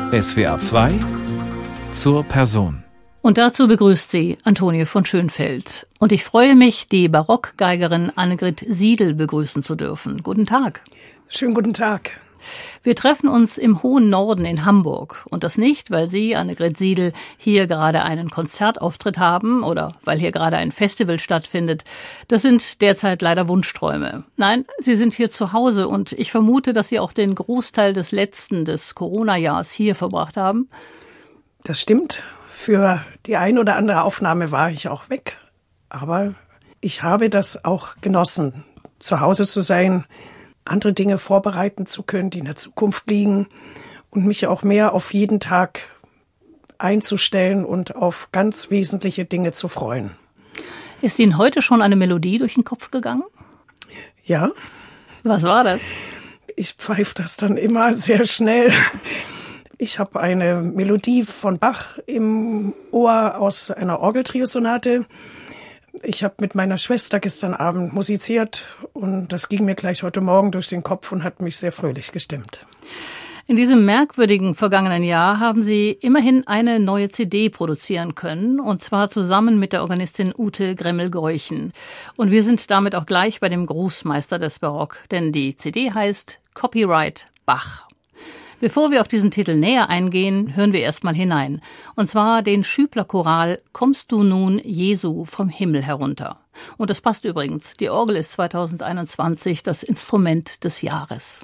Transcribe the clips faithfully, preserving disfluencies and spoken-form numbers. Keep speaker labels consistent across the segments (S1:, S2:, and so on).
S1: S W R zwei zur Person.
S2: Und dazu begrüßt sie Antonie von Schönfeld. Und ich freue mich, die Barockgeigerin Annegret Siedel begrüßen zu dürfen. Guten Tag.
S3: Schönen guten Tag.
S2: Wir treffen uns im hohen Norden in Hamburg. Und das nicht, weil Sie, Annegret Siedel, hier gerade einen Konzertauftritt haben oder weil hier gerade ein Festival stattfindet. Das sind derzeit leider Wunschträume. Nein, Sie sind hier zu Hause und ich vermute, dass Sie auch den Großteil des letzten, des Corona-Jahres hier verbracht haben.
S3: Das stimmt. Für die ein oder andere Aufnahme war ich auch weg. Aber ich habe das auch genossen, zu Hause zu sein, andere Dinge vorbereiten zu können, die in der Zukunft liegen und mich auch mehr auf jeden Tag einzustellen und auf ganz wesentliche Dinge zu freuen.
S2: Ist Ihnen heute schon eine Melodie durch den Kopf gegangen?
S3: Ja.
S2: Was war das?
S3: Ich pfeife das dann immer sehr schnell. Ich habe eine Melodie von Bach im Ohr aus einer Orgeltriosonate. Ich habe mit meiner Schwester gestern Abend musiziert und das ging mir gleich heute Morgen durch den Kopf und hat mich sehr fröhlich gestimmt.
S2: In diesem merkwürdigen vergangenen Jahr haben Sie immerhin eine neue C D produzieren können, und zwar zusammen mit der Organistin Ute Gremmel-Geuchen. Und wir sind damit auch gleich bei dem Großmeister des Barock, denn die C D heißt Copyright Bach. Bevor wir auf diesen Titel näher eingehen, hören wir erstmal hinein. Und zwar den Schübler-Choral »Kommst du nun, Jesu, vom Himmel herunter«. Und das passt übrigens. Die Orgel ist zweitausendeinundzwanzig das Instrument des Jahres.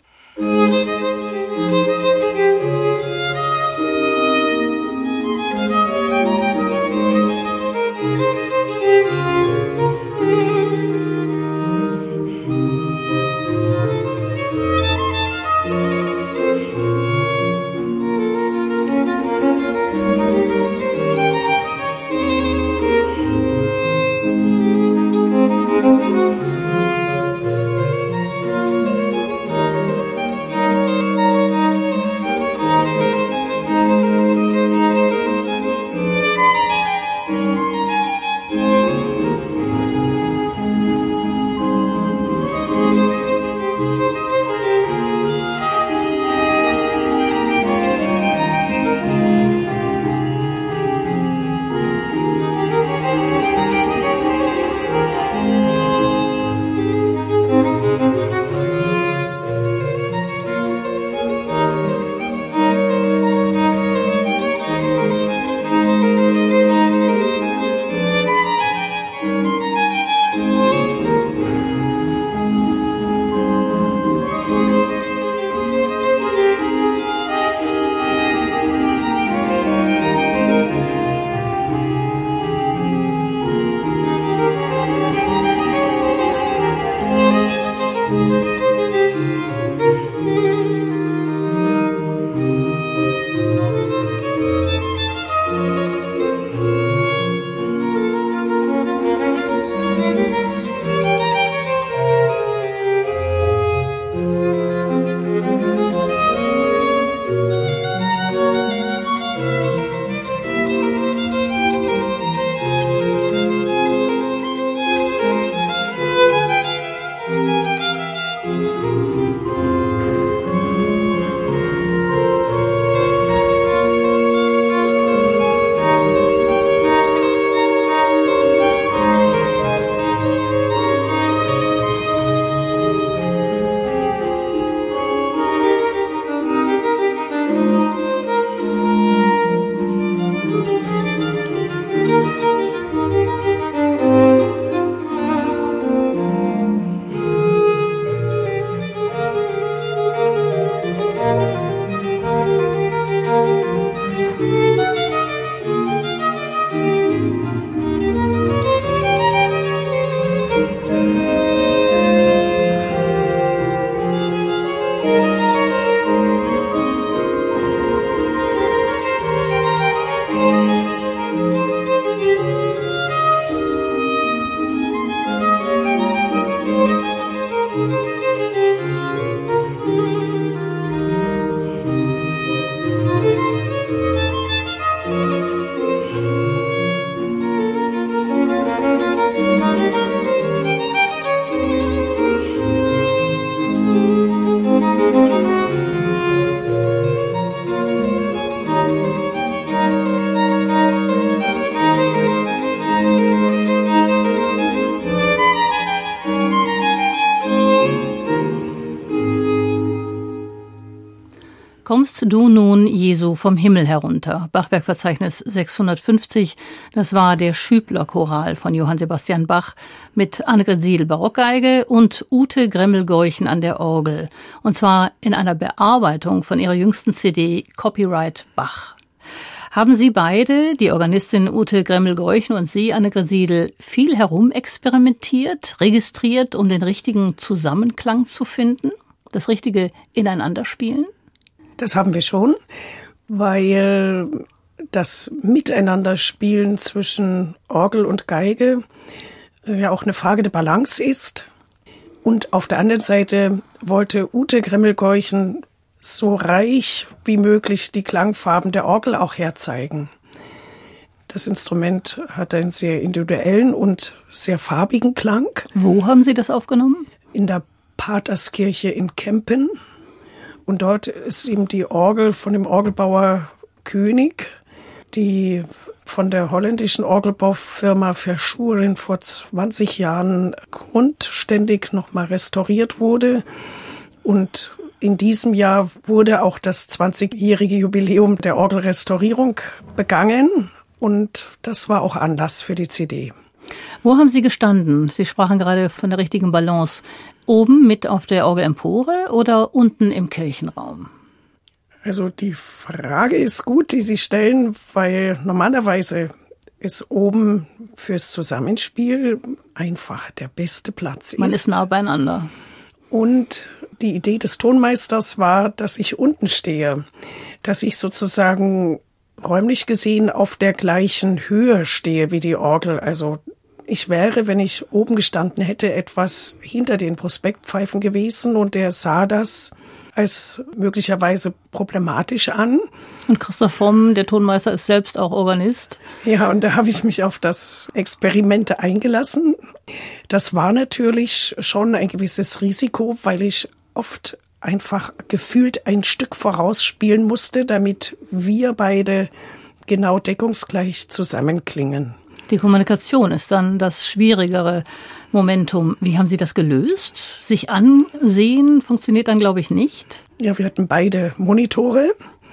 S2: Kommst du nun, Jesu, vom Himmel herunter? Bachwerkverzeichnis sechshundertfünfzig, das war der Schübler-Choral von Johann Sebastian Bach mit Annegret Siedel Barockgeige und Ute Gremmel-Gorchen an der Orgel. Und zwar in einer Bearbeitung von ihrer jüngsten C D Copyright Bach. Haben Sie beide, die Organistin Ute Gremmel-Gorchen und Sie, Annegret Siedel, viel herumexperimentiert, registriert, um den richtigen Zusammenklang zu finden? Das richtige Ineinanderspielen?
S3: Das haben wir schon, weil das Miteinanderspielen zwischen Orgel und Geige ja auch eine Frage der Balance ist. Und auf der anderen Seite wollte Ute Gremmel-Gorchen so reich wie möglich die Klangfarben der Orgel auch herzeigen. Das Instrument hat einen sehr individuellen und sehr farbigen Klang.
S2: Wo haben Sie das aufgenommen?
S3: In der Paterskirche in Kempen. Und dort ist eben die Orgel von dem Orgelbauer König, die von der holländischen Orgelbaufirma Verschuren vor zwanzig Jahren grundständig nochmal restauriert wurde. Und in diesem Jahr wurde auch das zwanzigjährige Jubiläum der Orgelrestaurierung begangen. Und das war auch Anlass für die C D.
S2: Wo haben Sie gestanden? Sie sprachen gerade von der richtigen Balance. Oben mit auf der Orgelempore oder unten im Kirchenraum?
S3: Also die Frage ist gut, die Sie stellen, weil normalerweise ist oben fürs Zusammenspiel einfach der beste Platz ist.
S2: Man ist nah beieinander.
S3: Und die Idee des Tonmeisters war, dass ich unten stehe, dass ich sozusagen räumlich gesehen auf der gleichen Höhe stehe wie die Orgel. Also ich wäre, wenn ich oben gestanden hätte, etwas hinter den Prospektpfeifen gewesen und der sah das als möglicherweise problematisch an.
S2: Und Christoph Vomm, der Tonmeister, ist selbst auch Organist.
S3: Ja, und da habe ich mich auf das Experiment eingelassen. Das war natürlich schon ein gewisses Risiko, weil ich oft einfach gefühlt ein Stück vorausspielen musste, damit wir beide genau deckungsgleich zusammenklingen.
S2: Die Kommunikation ist dann das schwierigere Momentum. Wie haben Sie das gelöst? Sich ansehen funktioniert dann, glaube ich, nicht.
S3: Ja, wir hatten beide Monitore.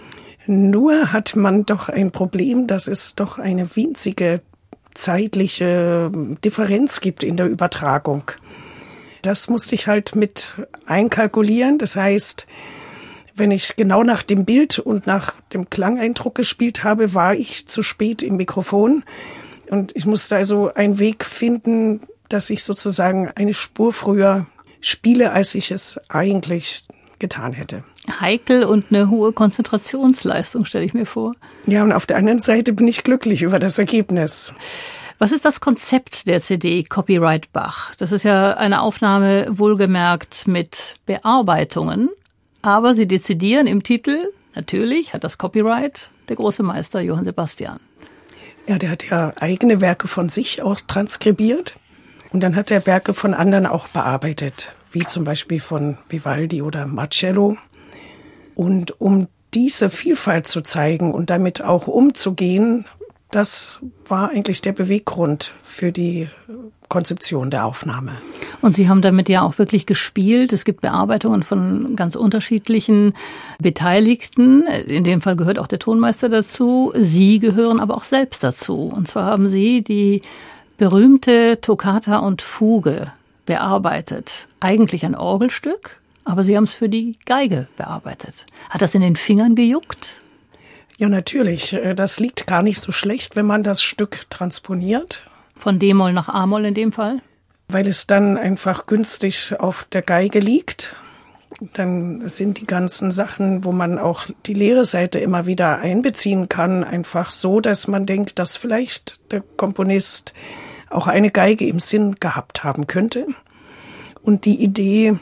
S3: Nur hat man doch ein Problem, dass es doch eine winzige zeitliche Differenz gibt in der Übertragung. Das musste ich halt mit einkalkulieren. Das heißt, wenn ich genau nach dem Bild und nach dem Klangeindruck gespielt habe, war ich zu spät im Mikrofon. Und ich musste also einen Weg finden, dass ich sozusagen eine Spur früher spiele, als ich es eigentlich getan hätte.
S2: Heikel und eine hohe Konzentrationsleistung, stelle ich mir vor.
S3: Ja, und auf der anderen Seite bin ich glücklich über das Ergebnis.
S2: Was ist das Konzept der C D Copyright Bach? Das ist ja eine Aufnahme, wohlgemerkt mit Bearbeitungen. Aber Sie dezidieren im Titel, natürlich hat das Copyright der große Meister Johann Sebastian.
S3: Ja, der hat ja eigene Werke von sich auch transkribiert. Und dann hat er Werke von anderen auch bearbeitet, wie zum Beispiel von Vivaldi oder Marcello. Und um diese Vielfalt zu zeigen und damit auch umzugehen, das war eigentlich der Beweggrund für die Konzeption der Aufnahme.
S2: Und Sie haben damit ja auch wirklich gespielt. Es gibt Bearbeitungen von ganz unterschiedlichen Beteiligten. In dem Fall gehört auch der Tonmeister dazu. Sie gehören aber auch selbst dazu. Und zwar haben Sie die berühmte Toccata und Fuge bearbeitet. Eigentlich ein Orgelstück, aber Sie haben es für die Geige bearbeitet. Hat das in den Fingern gejuckt?
S3: Ja, natürlich. Das liegt gar nicht so schlecht, wenn man das Stück transponiert.
S2: Von D-Moll nach A-Moll in dem Fall?
S3: Weil es dann einfach günstig auf der Geige liegt. Dann sind die ganzen Sachen, wo man auch die leere Seite immer wieder einbeziehen kann, einfach so, dass man denkt, dass vielleicht der Komponist auch eine Geige im Sinn gehabt haben könnte. Und die Idee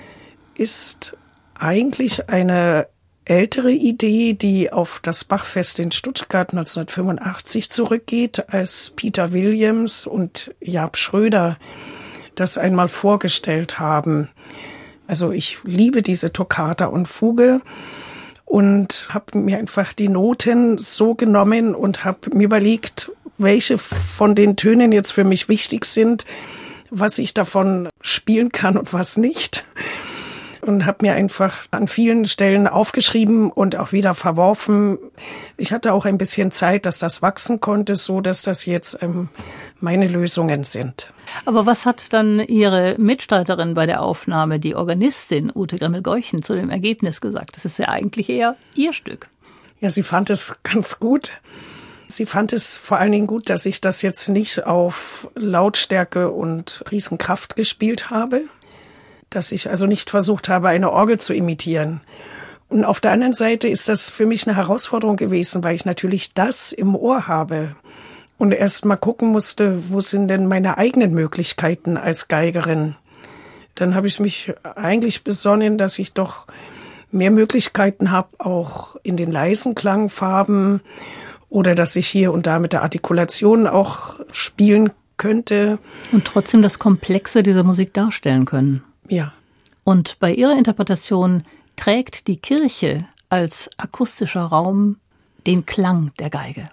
S3: ist eigentlich eine ältere Idee, die auf das Bachfest in Stuttgart neunzehnhundertfünfundachtzig zurückgeht, als Peter Williams und Jaap Schröder das einmal vorgestellt haben. Also ich liebe diese Toccata und Fuge und habe mir einfach die Noten so genommen und habe mir überlegt, welche von den Tönen jetzt für mich wichtig sind, was ich davon spielen kann und was nicht. und habe mir einfach an vielen Stellen aufgeschrieben und auch wieder verworfen. Ich hatte auch ein bisschen Zeit, dass das wachsen konnte, so dass das jetzt ähm, meine Lösungen sind.
S2: Aber was hat dann Ihre Mitstreiterin bei der Aufnahme, die Organistin Ute Gremmel-Geuchen, zu dem Ergebnis gesagt? Das ist ja eigentlich eher Ihr Stück.
S3: Ja, sie fand es ganz gut. Sie fand es vor allen Dingen gut, dass ich das jetzt nicht auf Lautstärke und Riesenkraft gespielt habe, dass ich also nicht versucht habe, eine Orgel zu imitieren. Und auf der anderen Seite ist das für mich eine Herausforderung gewesen, weil ich natürlich das im Ohr habe und erst mal gucken musste, wo sind denn meine eigenen Möglichkeiten als Geigerin. Dann habe ich mich eigentlich besonnen, dass ich doch mehr Möglichkeiten habe, auch in den leisen Klangfarben, oder dass ich hier und da mit der Artikulation auch spielen könnte.
S2: Und trotzdem das Komplexe dieser Musik darstellen können.
S3: Ja.
S2: Und bei Ihrer Interpretation trägt die Kirche als akustischer Raum den Klang der Geige.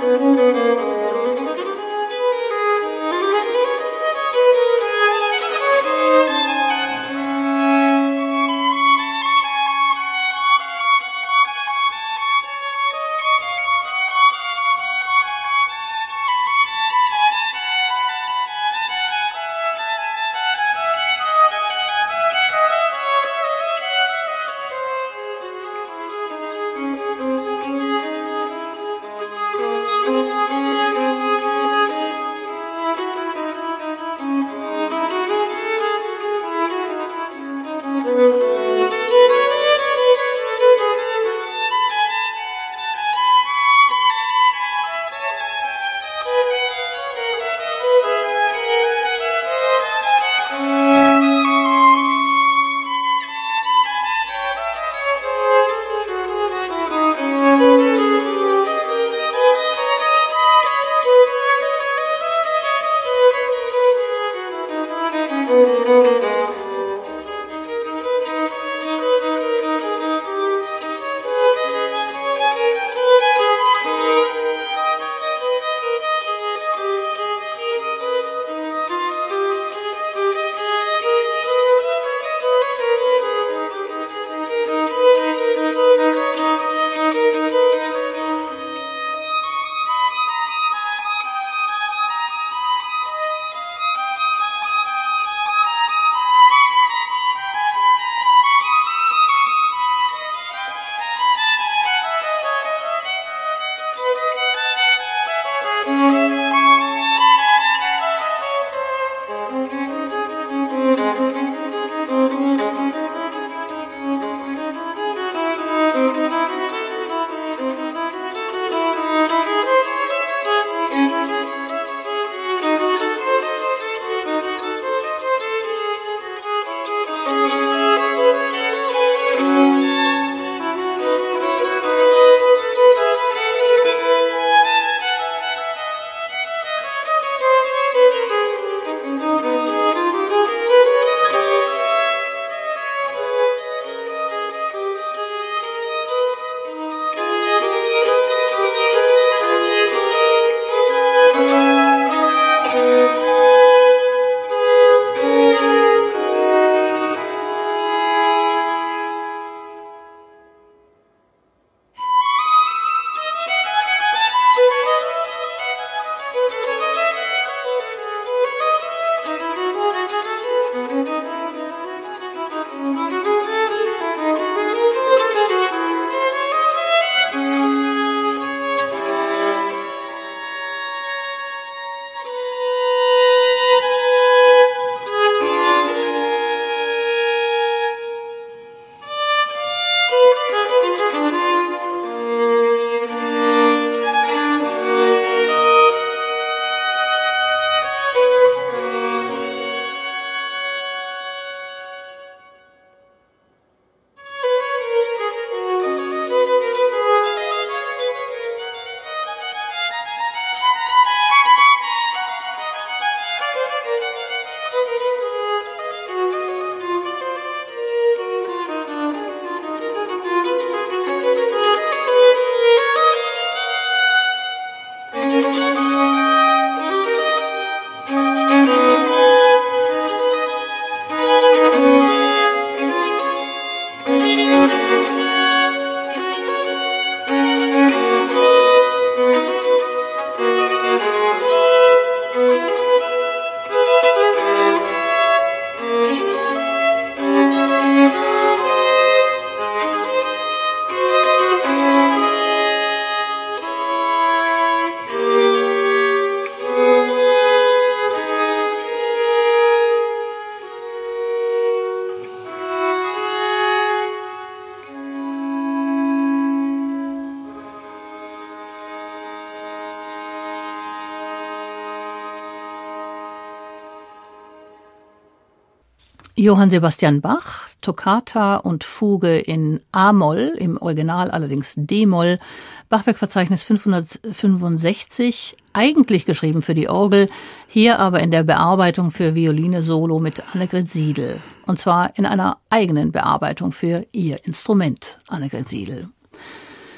S2: Johann Sebastian Bach, Toccata und Fuge in A-Moll, im Original allerdings D-Moll, Bachwerkverzeichnis fünfhundertfünfundsechzig, eigentlich geschrieben für die Orgel, hier aber in der Bearbeitung für Violine Solo mit Annegret Siedel. Und zwar in einer eigenen Bearbeitung für ihr Instrument, Annegret Siedel.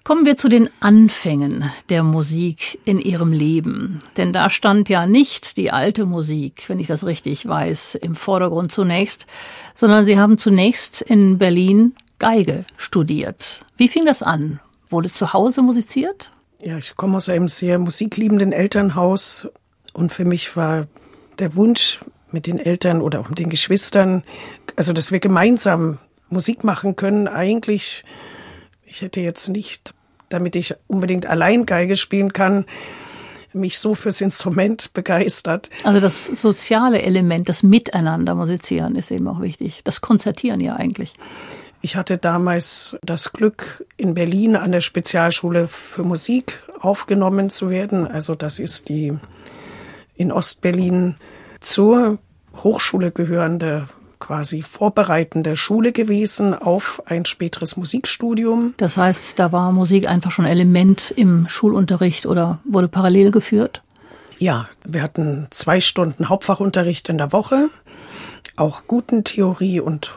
S2: Kommen wir zu den Anfängen der Musik in Ihrem Leben. Denn da stand ja nicht die alte Musik, wenn ich das richtig weiß, im Vordergrund zunächst, sondern Sie haben zunächst in Berlin Geige studiert. Wie fing das an? Wurde zu Hause musiziert?
S3: Ja, ich komme aus einem sehr musikliebenden Elternhaus und für mich war der Wunsch mit den Eltern oder auch mit den Geschwistern, also dass wir gemeinsam Musik machen können, eigentlich, ich hätte jetzt nicht, damit ich unbedingt allein Geige spielen kann, mich so fürs Instrument begeistert.
S2: Also das soziale Element, das Miteinander musizieren ist eben auch wichtig. Das Konzertieren ja eigentlich.
S3: Ich hatte damals das Glück, in Berlin an der Spezialschule für Musik aufgenommen zu werden. Also das ist die in Ostberlin zur Hochschule gehörende, quasi vorbereitende Schule gewesen auf ein späteres Musikstudium.
S2: Das heißt, da war Musik einfach schon Element im Schulunterricht oder wurde parallel geführt?
S3: Ja, wir hatten zwei Stunden Hauptfachunterricht in der Woche, auch guten Theorie- und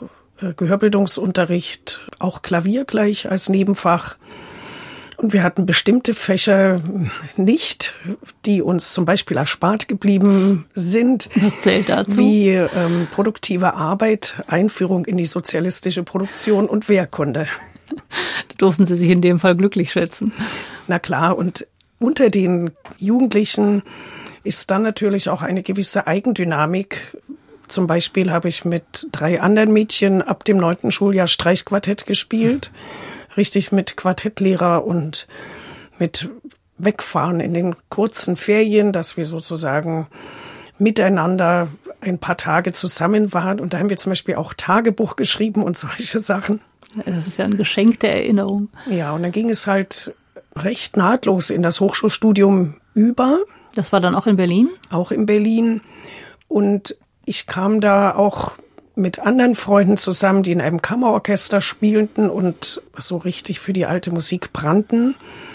S3: Gehörbildungsunterricht, auch Klavier gleich als Nebenfach. Und wir hatten bestimmte Fächer nicht, die uns zum Beispiel erspart geblieben sind.
S2: Was zählt dazu?
S3: Wie ähm, produktive Arbeit, Einführung in die sozialistische Produktion und Wehrkunde.
S2: Da durften Sie sich in dem Fall glücklich schätzen.
S3: Na klar, und unter den Jugendlichen ist dann natürlich auch eine gewisse Eigendynamik. Zum Beispiel habe ich mit drei anderen Mädchen ab dem neunten Schuljahr Streichquartett gespielt. Richtig mit Quartettlehrer und mit Wegfahren in den kurzen Ferien, dass wir sozusagen miteinander ein paar Tage zusammen waren. Und da haben wir zum Beispiel auch Tagebuch geschrieben und solche Sachen.
S2: Das ist ja ein Geschenk der Erinnerung.
S3: Ja, und dann ging es halt recht nahtlos in das Hochschulstudium über.
S2: Das war dann auch in Berlin?
S3: Auch in Berlin. Und ich kam da auch mit anderen Freunden zusammen, die in einem Kammerorchester spielten und so richtig für die alte Musik brannten.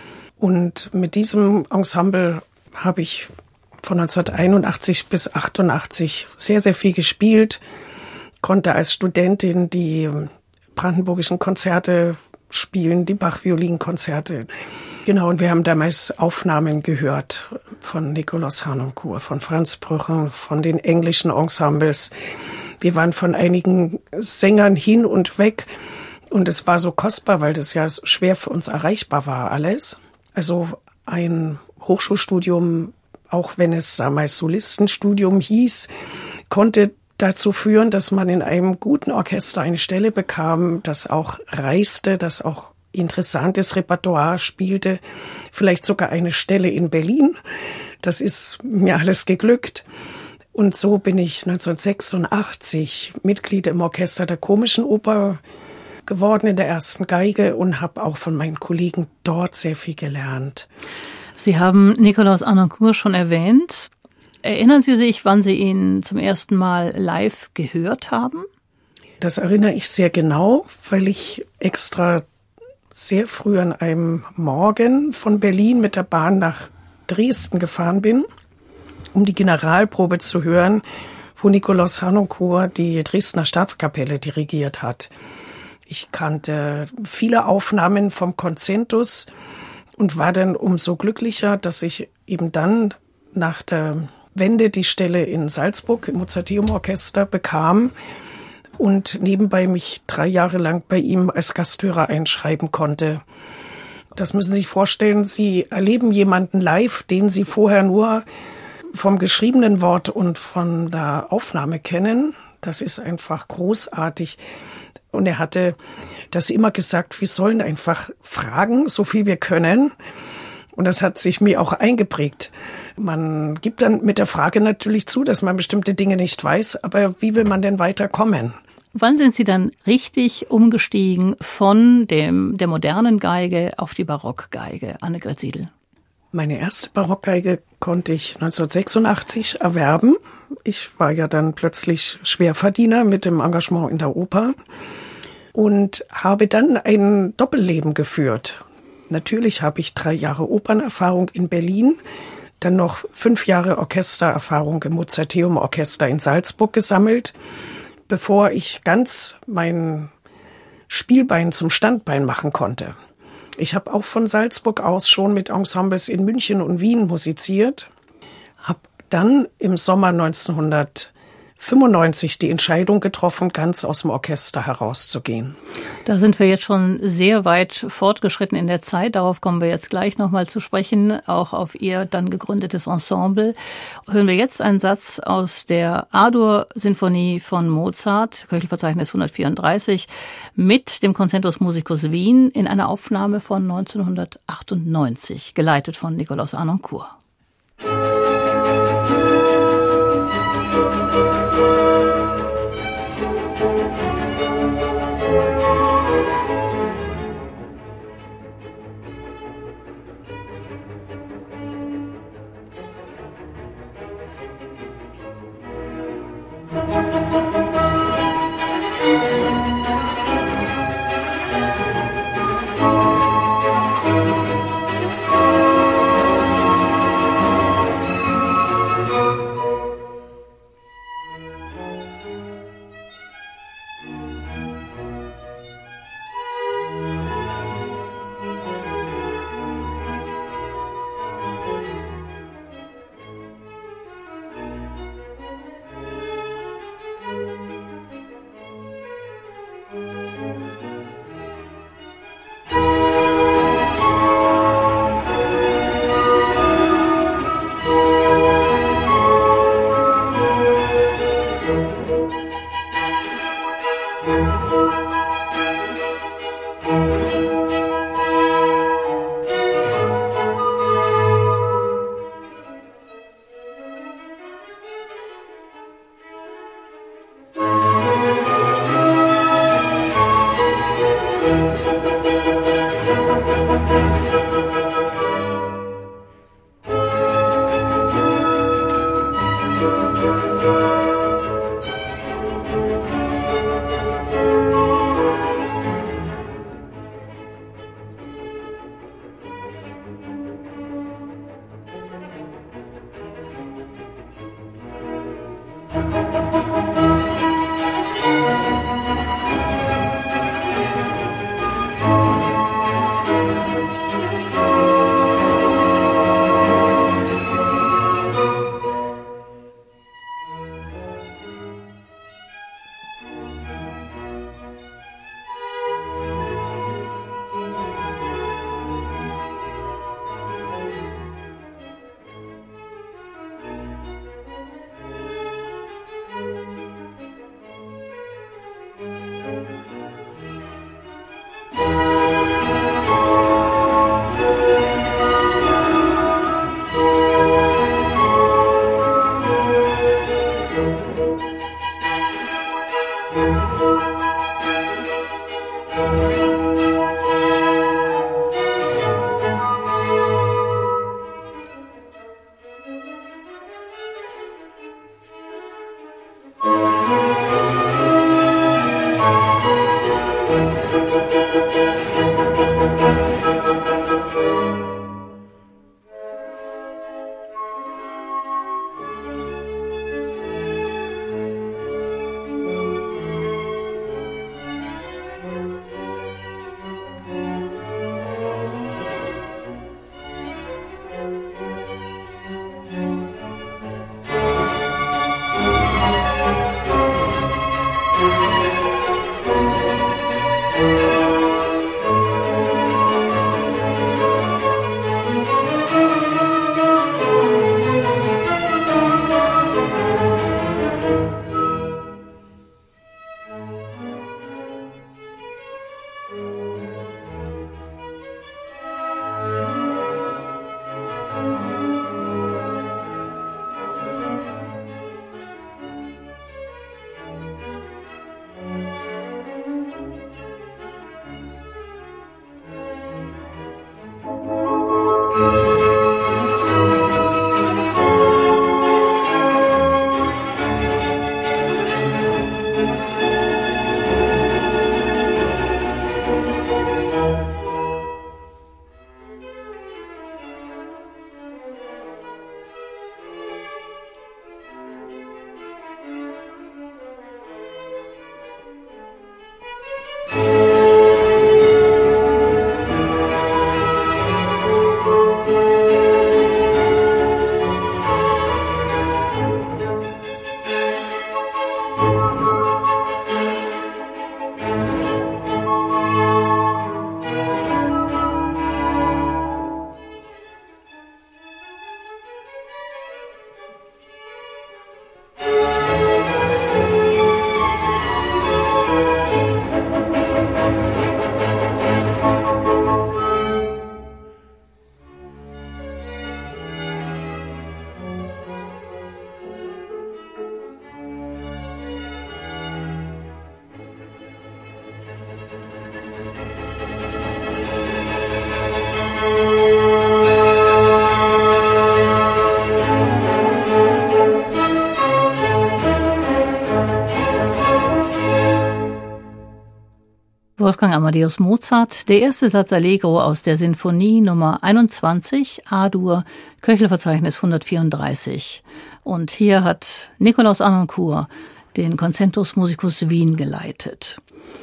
S3: Und mit diesem Ensemble habe ich von neunzehnhunderteinundachtzig bis achtundachtzig sehr, sehr viel gespielt, konnte als Studentin die brandenburgischen Konzerte spielen, die Bach-Violinkonzerte. Genau, und wir haben damals Aufnahmen gehört von Nikolaus Harnoncourt, von Franz Brücher, von den englischen Ensembles. Wir waren von einigen Sängern hin und weg und es war so kostbar, weil das ja schwer für uns erreichbar war alles. Also ein Hochschulstudium, auch wenn es damals Solistenstudium hieß, konnte dazu führen, dass man in einem guten Orchester eine Stelle bekam, das auch reiste, das auch interessantes Repertoire spielte, vielleicht sogar eine Stelle in Berlin. Das ist mir alles geglückt. Und so bin ich neunzehnhundertsechsundachtzig Mitglied im Orchester der Komischen Oper geworden in der ersten Geige und habe auch von meinen Kollegen dort sehr viel gelernt.
S2: Sie haben Nikolaus Harnoncourt schon erwähnt. Erinnern Sie sich, wann Sie ihn zum ersten Mal live gehört haben?
S3: Das erinnere ich sehr genau, weil ich extra sehr früh an einem Morgen von Berlin mit der Bahn nach Dresden gefahren bin, um die Generalprobe zu hören, wo Nikolaus Harnoncourt die Dresdner Staatskapelle dirigiert hat. Ich kannte viele Aufnahmen vom Concentus und war dann umso glücklicher, dass ich eben dann nach der Wende die Stelle in Salzburg im Mozarteum-Orchester bekam und nebenbei mich drei Jahre lang bei ihm als Gasthörer einschreiben konnte. Das müssen Sie sich vorstellen, Sie erleben jemanden live, den Sie vorher nur vom geschriebenen Wort und von der Aufnahme kennen. Das ist einfach großartig. Und er hatte das immer gesagt, wir sollen einfach fragen, so viel wir können. Und das hat sich mir auch eingeprägt. Man gibt dann mit der Frage natürlich zu, dass man bestimmte Dinge nicht weiß, aber wie will man denn weiterkommen?
S2: Wann sind Sie dann richtig umgestiegen von dem, der modernen Geige auf die Barockgeige, Annegret Siedel?
S3: Meine erste Barockgeige konnte ich neunzehnhundertsechsundachtzig erwerben. Ich war ja dann plötzlich Schwerverdiener mit dem Engagement in der Oper und habe dann ein Doppelleben geführt. Natürlich habe ich drei Jahre Opernerfahrung in Berlin, dann noch fünf Jahre Orchestererfahrung im Mozarteum-Orchester in Salzburg gesammelt, bevor ich ganz mein Spielbein zum Standbein machen konnte. Ich habe auch von Salzburg aus schon mit Ensembles in München und Wien musiziert, habe dann im Sommer neunzehnhundertfünfundneunzig die Entscheidung getroffen, ganz aus dem Orchester herauszugehen.
S2: Da sind wir jetzt schon sehr weit fortgeschritten in der Zeit. Darauf kommen wir jetzt gleich nochmal zu sprechen, auch auf Ihr dann gegründetes Ensemble. Hören wir jetzt einen Satz aus der A-Dur-Sinfonie von Mozart, Köchelverzeichnis hundertvierunddreißig, mit dem Concertus Musicus Wien in einer Aufnahme von neunzehnhundertachtundneunzig, geleitet von Nikolaus Harnoncourt. Wolfgang Amadeus Mozart, der erste Satz Allegro aus der Sinfonie Nummer einundzwanzig, A-Dur, Köchelverzeichnis hundertvierunddreißig. Und hier hat Nikolaus Harnoncourt den Concentus Musicus Wien geleitet.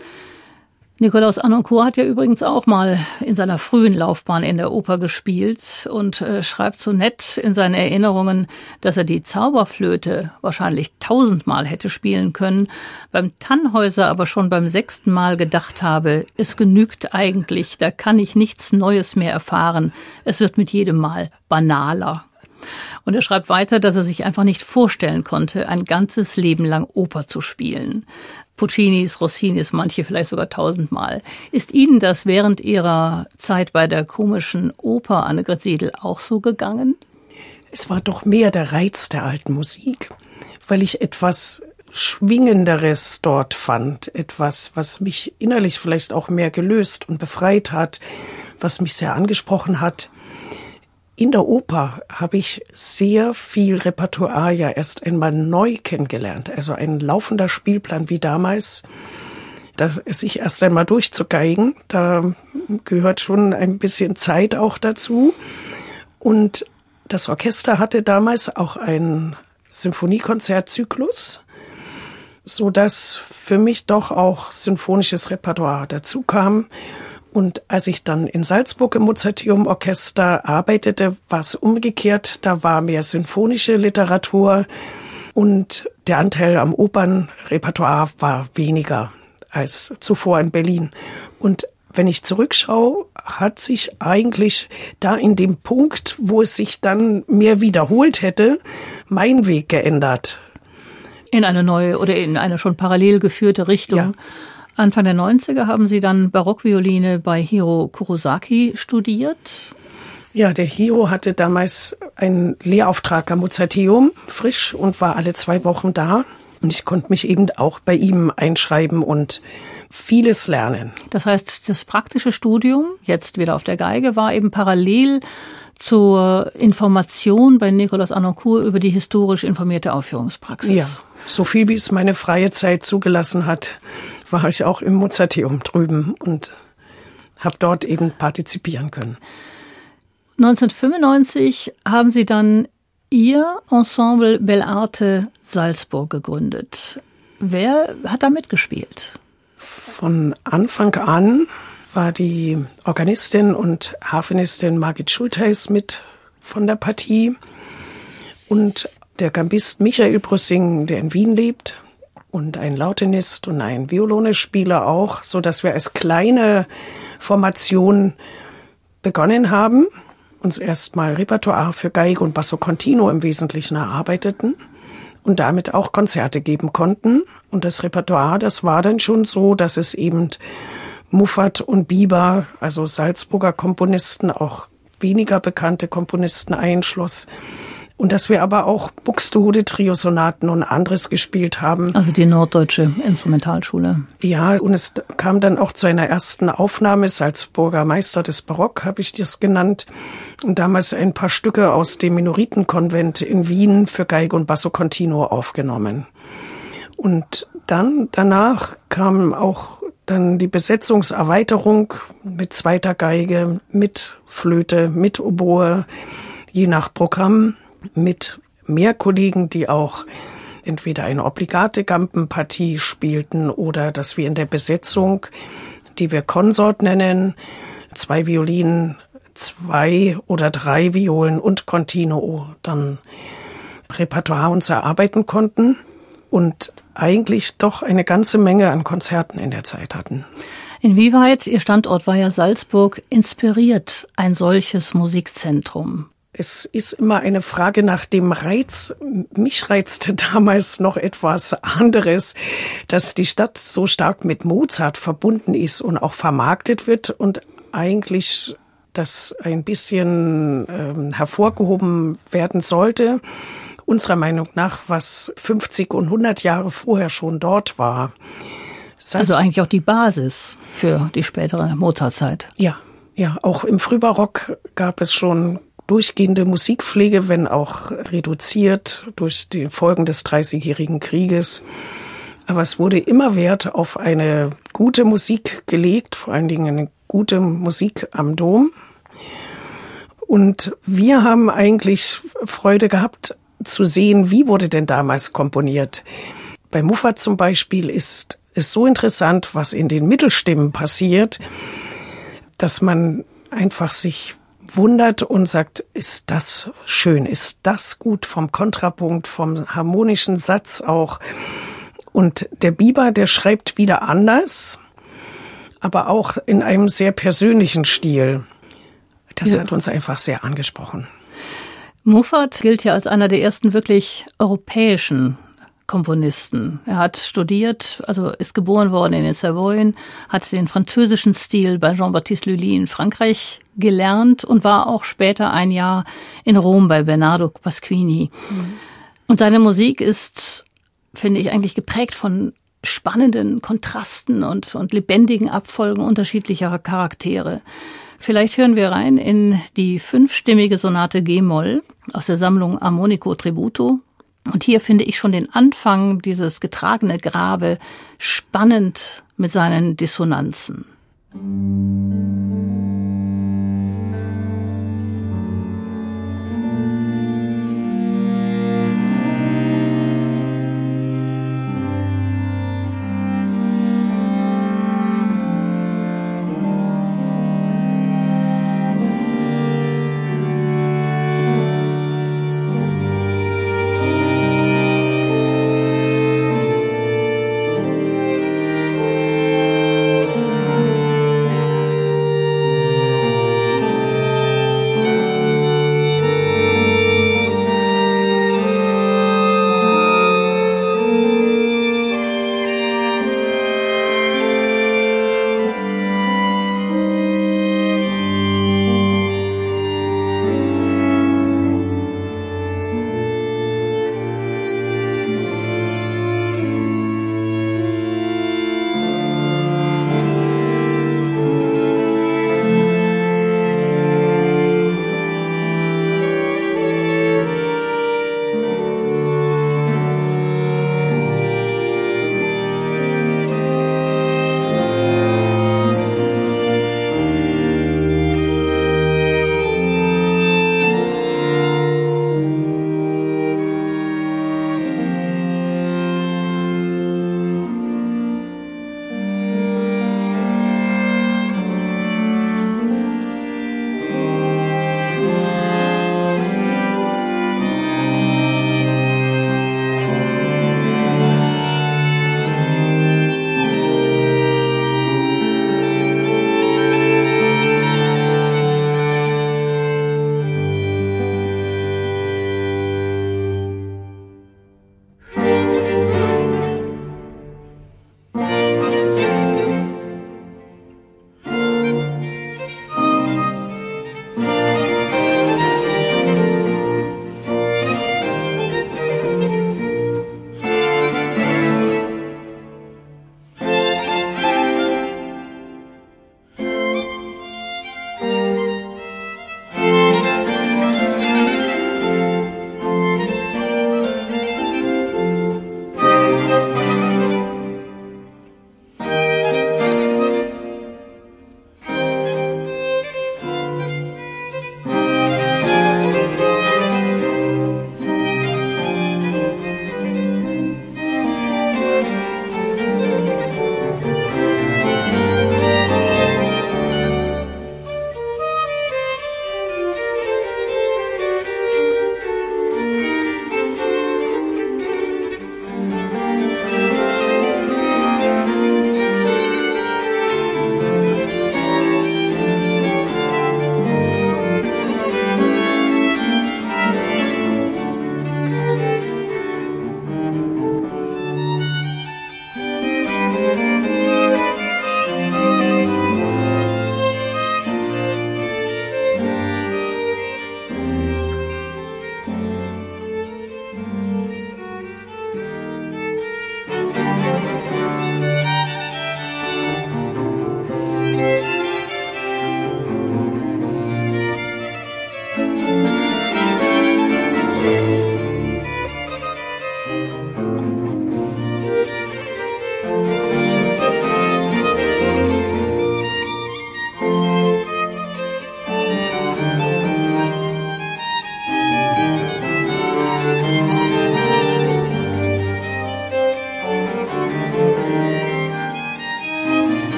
S2: Nikolaus Harnoncourt hat ja übrigens auch mal in seiner frühen Laufbahn in der Oper gespielt und äh, schreibt so nett in seinen Erinnerungen, dass er die Zauberflöte wahrscheinlich tausendmal hätte spielen können, beim Tannhäuser aber schon beim sechsten Mal gedacht habe, es genügt eigentlich, da kann ich nichts Neues mehr erfahren, es wird mit jedem Mal banaler. Und er schreibt weiter, dass er sich einfach nicht vorstellen konnte, ein ganzes Leben lang Oper zu spielen. Puccinis, Rossinis, manche vielleicht sogar tausendmal. Ist Ihnen das während Ihrer Zeit bei der Komischen Oper, Annegret Siedel, auch so gegangen?
S3: Es war doch mehr der Reiz der alten Musik, weil ich etwas Schwingenderes dort fand, etwas, was mich innerlich vielleicht auch mehr gelöst und befreit hat, was mich sehr angesprochen hat. In der Oper habe ich sehr viel Repertoire ja erst einmal neu kennengelernt. Also ein laufender Spielplan wie damals, das sich erst einmal durchzugeigen, da gehört schon ein bisschen Zeit auch dazu. Und das Orchester hatte damals auch einen Symphoniekonzertzyklus, so dass für mich doch auch sinfonisches Repertoire dazu kam. Und als ich dann in Salzburg im Mozarteum-Orchester arbeitete, war es umgekehrt. Da war mehr sinfonische Literatur und der Anteil am Opernrepertoire war weniger als zuvor in Berlin. Und wenn ich zurückschaue, hat sich eigentlich da in dem Punkt, wo es sich dann mehr wiederholt hätte, mein Weg geändert.
S2: In eine neue oder in eine schon parallel geführte Richtung. Ja. Anfang der neunziger haben Sie dann Barockvioline bei Hiro Kurosaki studiert.
S3: Ja, der Hiro hatte damals einen Lehrauftrag am Mozarteum, frisch, und war alle zwei Wochen da. Und ich konnte mich eben auch bei ihm einschreiben und vieles lernen.
S2: Das heißt, das praktische Studium, jetzt wieder auf der Geige, war eben parallel zur Information bei Nikolaus Harnoncourt über die historisch informierte Aufführungspraxis.
S3: Ja, so viel wie es meine freie Zeit zugelassen hat, war ich auch im Mozarteum drüben und habe dort eben partizipieren können.
S2: neunzehnhundertfünfundneunzig haben Sie dann Ihr Ensemble Belle Arte Salzburg gegründet. Wer hat da mitgespielt?
S3: Von Anfang an war die Organistin und Harfenistin Margit Schultheis mit von der Partie und der Gambist Michael Brüssing, der in Wien lebt, und ein Lautenist und ein Violonespieler auch, so dass wir als kleine Formation begonnen haben, uns erstmal Repertoire für Geige und Basso Continuo im Wesentlichen erarbeiteten und damit auch Konzerte geben konnten. Und das Repertoire, das war dann schon so, dass es eben Muffat und Bieber, also Salzburger Komponisten, auch weniger bekannte Komponisten einschloss. Und dass wir aber auch Buxtehude Triosonaten und anderes gespielt haben.
S2: Also die Norddeutsche Instrumentalschule.
S3: Ja, und es kam dann auch zu einer ersten Aufnahme, Salzburger Meister des Barock, habe ich das genannt. Und damals ein paar Stücke aus dem Minoritenkonvent in Wien für Geige und Basso Continuo aufgenommen. Und dann, danach kam auch dann die Besetzungserweiterung mit zweiter Geige, mit Flöte, mit Oboe, je nach Programm, mit mehr Kollegen, die auch entweder eine obligate Gampenpartie spielten oder dass wir in der Besetzung, die wir Konsort nennen, zwei Violinen, zwei oder drei Violen und Continuo dann Repertoire uns erarbeiten konnten und eigentlich doch eine ganze Menge an Konzerten in der Zeit hatten.
S2: Inwieweit, Ihr Standort war ja Salzburg, inspiriert ein solches Musikzentrum?
S3: Es ist immer eine Frage nach dem Reiz. Mich reizte damals noch etwas anderes, dass die Stadt so stark mit Mozart verbunden ist und auch vermarktet wird und eigentlich das ein bisschen ähm, hervorgehoben werden sollte. Unserer Meinung nach, was fünfzig und hundert Jahre vorher schon dort war.
S2: Also eigentlich auch die Basis für die spätere Mozartzeit.
S3: Ja, ja, auch im Frühbarock gab es schon durchgehende Musikpflege, wenn auch reduziert durch die Folgen des Dreißigjährigen Krieges. Aber es wurde immer Wert auf eine gute Musik gelegt, vor allen Dingen eine gute Musik am Dom. Und wir haben eigentlich Freude gehabt, zu sehen, wie wurde denn damals komponiert. Bei Muffat zum Beispiel ist es so interessant, was in den Mittelstimmen passiert, dass man einfach sich wundert und sagt, ist das schön, ist das gut vom Kontrapunkt, vom harmonischen Satz auch. Und der Biber, der schreibt wieder anders, aber auch in einem sehr persönlichen Stil. Das ja. hat uns einfach sehr angesprochen.
S2: Muffat gilt ja als einer der ersten wirklich europäischen Komponisten. Er hat studiert, also ist geboren worden in den Savoyen, hat den französischen Stil bei Jean-Baptiste Lully in Frankreich gelernt und war auch später ein Jahr in Rom bei Bernardo Pasquini. Mhm. Und seine Musik ist, finde ich, eigentlich geprägt von spannenden Kontrasten und, und lebendigen Abfolgen unterschiedlicher Charaktere. Vielleicht hören wir rein in die fünfstimmige Sonate G-Moll aus der Sammlung Armonico Tributo. Und hier finde ich schon den Anfang, dieses getragene Grabe, spannend mit seinen Dissonanzen.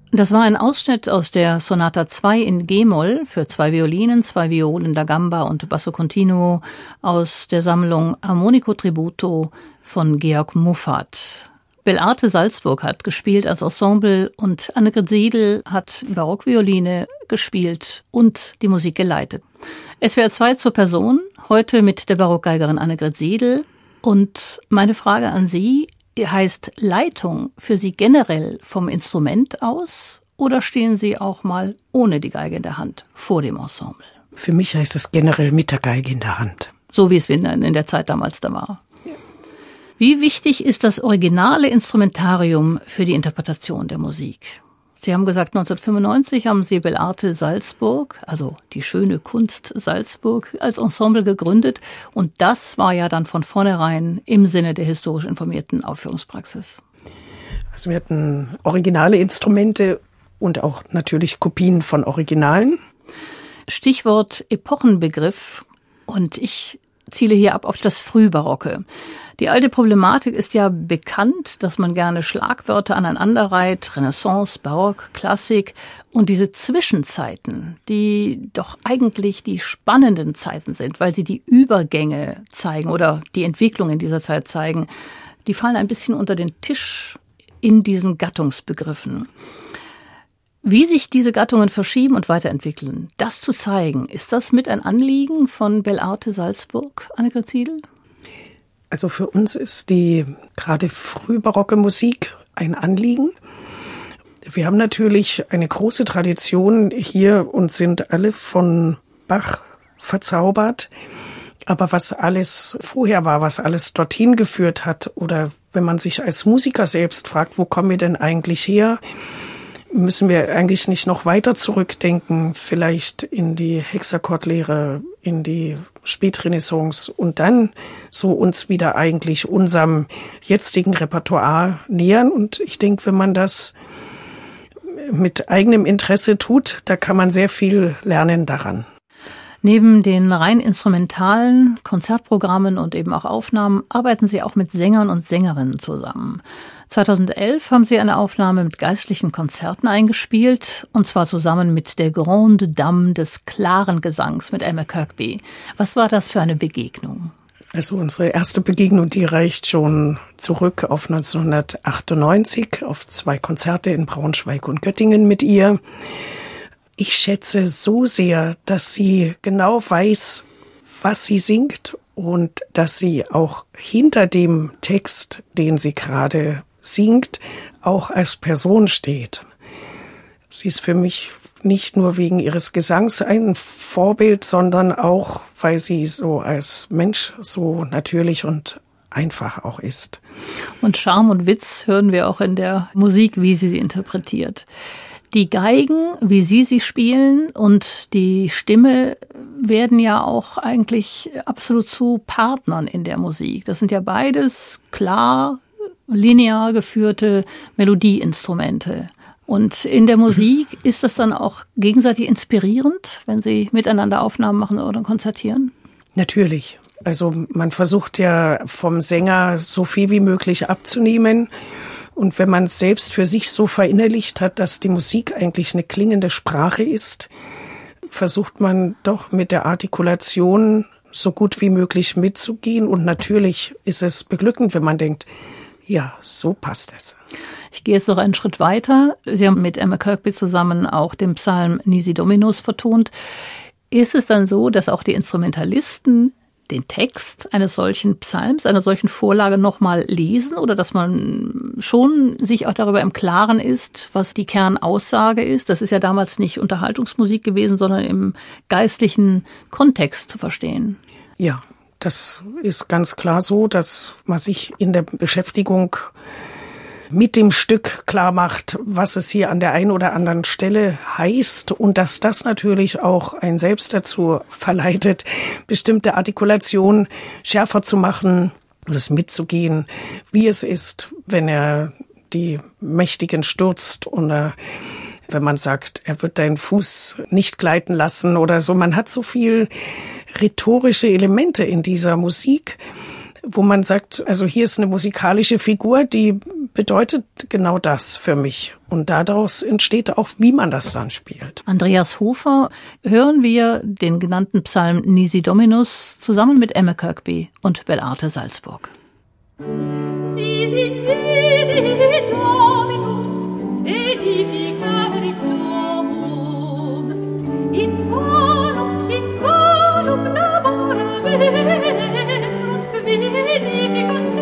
S2: Das war ein Ausschnitt aus der Sonata zwei in G-Moll für zwei Violinen, zwei Violen da gamba und Basso Continuo aus der Sammlung Armonico Tributo von Georg Muffat. Belarte Salzburg hat gespielt als Ensemble und Annegret Siedel hat Barockvioline gespielt und die Musik geleitet. S W R zwei zur Person, heute mit der Barockgeigerin Annegret Siedel. Und meine Frage an Sie, heißt Leitung für Sie generell vom Instrument aus oder stehen Sie auch mal ohne die Geige in der Hand vor dem Ensemble?
S3: Für mich heißt es generell mit der Geige in der Hand.
S2: So wie es in der Zeit damals da war. Ja. Wie wichtig ist das originale Instrumentarium für die Interpretation der Musik? Sie haben gesagt, neunzehnhundertfünfundneunzig haben Sie Belarte Salzburg, also die schöne Kunst Salzburg, als Ensemble gegründet. Und das war ja dann von vornherein im Sinne der historisch informierten Aufführungspraxis.
S3: Also wir hatten originale Instrumente und auch natürlich Kopien von Originalen.
S2: Stichwort Epochenbegriff. Und ich ziele hier ab auf das Frühbarocke. Die alte Problematik ist ja bekannt, dass man gerne Schlagwörter aneinanderreiht, Renaissance, Barock, Klassik und diese Zwischenzeiten, die doch eigentlich die spannenden Zeiten sind, weil sie die Übergänge zeigen oder die Entwicklung in dieser Zeit zeigen, die fallen ein bisschen unter den Tisch in diesen Gattungsbegriffen. Wie sich diese Gattungen verschieben und weiterentwickeln, das zu zeigen, ist das mit ein Anliegen von Belarte Salzburg, Annegret Siedel?
S3: Also für uns ist die gerade frühbarocke Musik ein Anliegen. Wir haben natürlich eine große Tradition hier und sind alle von Bach verzaubert. Aber was alles vorher war, was alles dorthin geführt hat, oder wenn man sich als Musiker selbst fragt, wo kommen wir denn eigentlich her, müssen wir eigentlich nicht noch weiter zurückdenken, vielleicht in die Hexakkordlehre, in die Spätrenaissance und dann so uns wieder eigentlich unserem jetzigen Repertoire nähern. Und ich denke, wenn man das mit eigenem Interesse tut, da kann man sehr viel lernen daran.
S2: Neben den rein instrumentalen Konzertprogrammen und eben auch Aufnahmen arbeiten Sie auch mit Sängern und Sängerinnen zusammen. zweitausendelf haben Sie eine Aufnahme mit geistlichen Konzerten eingespielt, und zwar zusammen mit der Grande Dame des klaren Gesangs mit Emma Kirkby. Was war das für eine Begegnung?
S3: Also unsere erste Begegnung, die reicht schon zurück auf neunzehnhundertachtundneunzig, auf zwei Konzerte in Braunschweig und Göttingen mit ihr. Ich schätze so sehr, dass sie genau weiß, was sie singt und dass sie auch hinter dem Text, den sie gerade singt, auch als Person steht. Sie ist für mich nicht nur wegen ihres Gesangs ein Vorbild, sondern auch, weil sie so als Mensch so natürlich und einfach auch ist.
S2: Und Charme und Witz hören wir auch in der Musik, wie sie sie interpretiert. Die Geigen, wie Sie sie spielen, und die Stimme werden ja auch eigentlich absolut zu Partnern in der Musik. Das sind ja beides klar, linear geführte Melodieinstrumente. Und in der Musik ist das dann auch gegenseitig inspirierend, wenn Sie miteinander Aufnahmen machen oder konzertieren?
S3: Natürlich. Also man versucht ja vom Sänger so viel wie möglich abzunehmen. Und wenn man es selbst für sich so verinnerlicht hat, dass die Musik eigentlich eine klingende Sprache ist, versucht man doch mit der Artikulation so gut wie möglich mitzugehen. Und natürlich ist es beglückend, wenn man denkt, ja, so passt es.
S2: Ich gehe jetzt noch einen Schritt weiter. Sie haben mit Emma Kirkby zusammen auch den Psalm Nisi Dominus vertont. Ist es dann so, dass auch die Instrumentalisten den Text eines solchen Psalms, einer solchen Vorlage nochmal lesen, oder dass man schon sich auch darüber im Klaren ist, was die Kernaussage ist? Das ist ja damals nicht Unterhaltungsmusik gewesen, sondern im geistlichen Kontext zu verstehen.
S3: Ja, das ist ganz klar so, dass man sich in der Beschäftigung mit dem Stück klar macht, was es hier an der einen oder anderen Stelle heißt, und dass das natürlich auch einen selbst dazu verleitet, bestimmte Artikulationen schärfer zu machen und es mitzugehen, wie es ist, wenn er die Mächtigen stürzt oder wenn man sagt, er wird deinen Fuß nicht gleiten lassen oder so. Man hat so viel rhetorische Elemente in dieser Musik, wo man sagt, also hier ist eine musikalische Figur, die bedeutet genau das für mich. Und daraus entsteht auch, wie man das dann spielt.
S2: Andreas Hofer, hören wir den genannten Psalm Nisi Dominus zusammen mit Emma Kirkby und Beate Salzburg.
S4: Nisi, Nisi Dominus, edificaverit domum, in vanum, in vanum labora verunt quid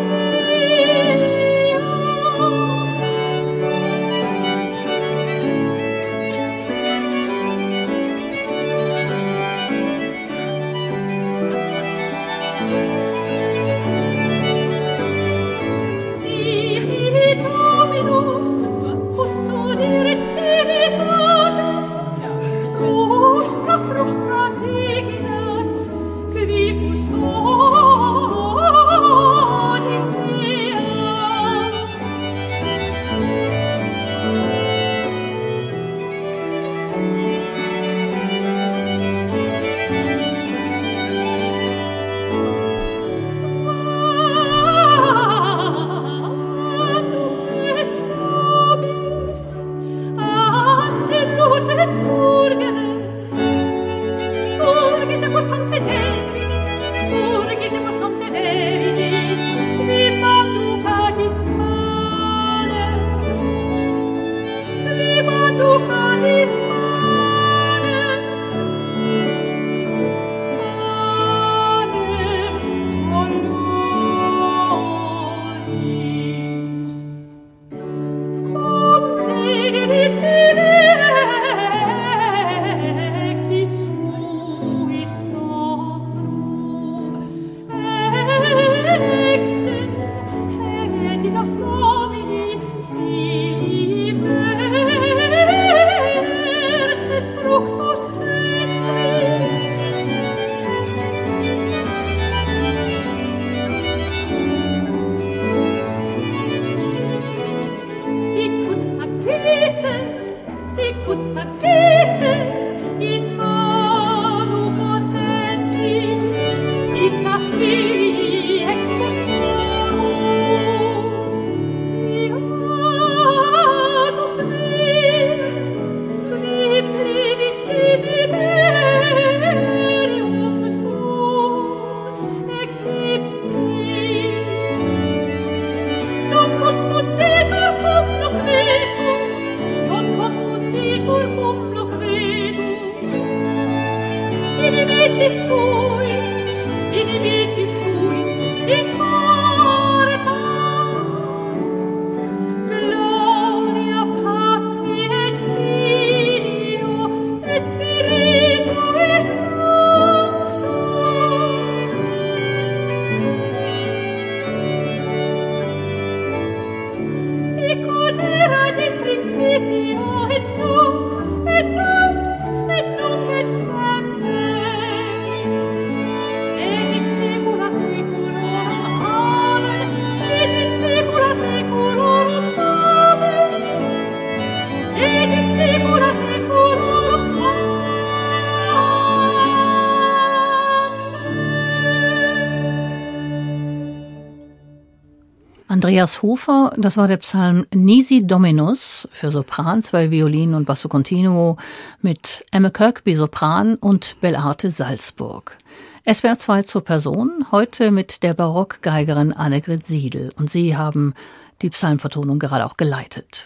S2: Andreas Hofer, das war der Psalm Nisi Dominus für Sopran, zwei Violinen und Basso Continuo mit Emma Kirkby Sopran und Beate Salzburg. S W R zwei zur Person, heute mit der Barockgeigerin Annegret Siedel. Und Sie haben die Psalmvertonung gerade auch geleitet.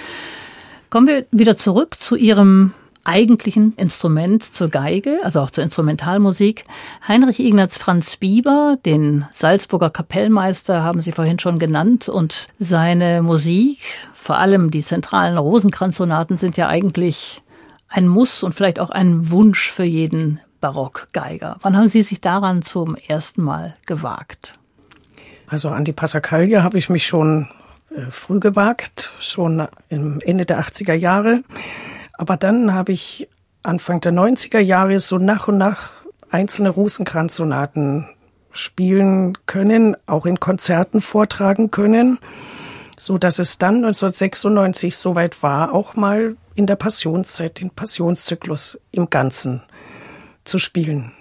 S2: Kommen wir wieder zurück zu Ihrem eigentlichen Instrument, zur Geige, also auch zur Instrumentalmusik. Heinrich Ignaz Franz Bieber, den Salzburger Kapellmeister, haben Sie vorhin schon genannt. Und seine Musik, vor allem die zentralen Rosenkranzsonaten, sind ja eigentlich ein Muss und vielleicht auch ein Wunsch für jeden Barockgeiger. Wann haben Sie sich daran zum ersten Mal gewagt?
S3: Also an die Passacaglia habe ich mich schon äh, früh gewagt, schon im Ende der achtziger Jahre. Aber dann habe ich Anfang der neunziger Jahre so nach und nach einzelne Rosenkranzsonaten spielen können, auch in Konzerten vortragen können, so dass es dann neunzehnhundertsechsundneunzig soweit war, auch mal in der Passionszeit, den Passionszyklus im Ganzen zu spielen.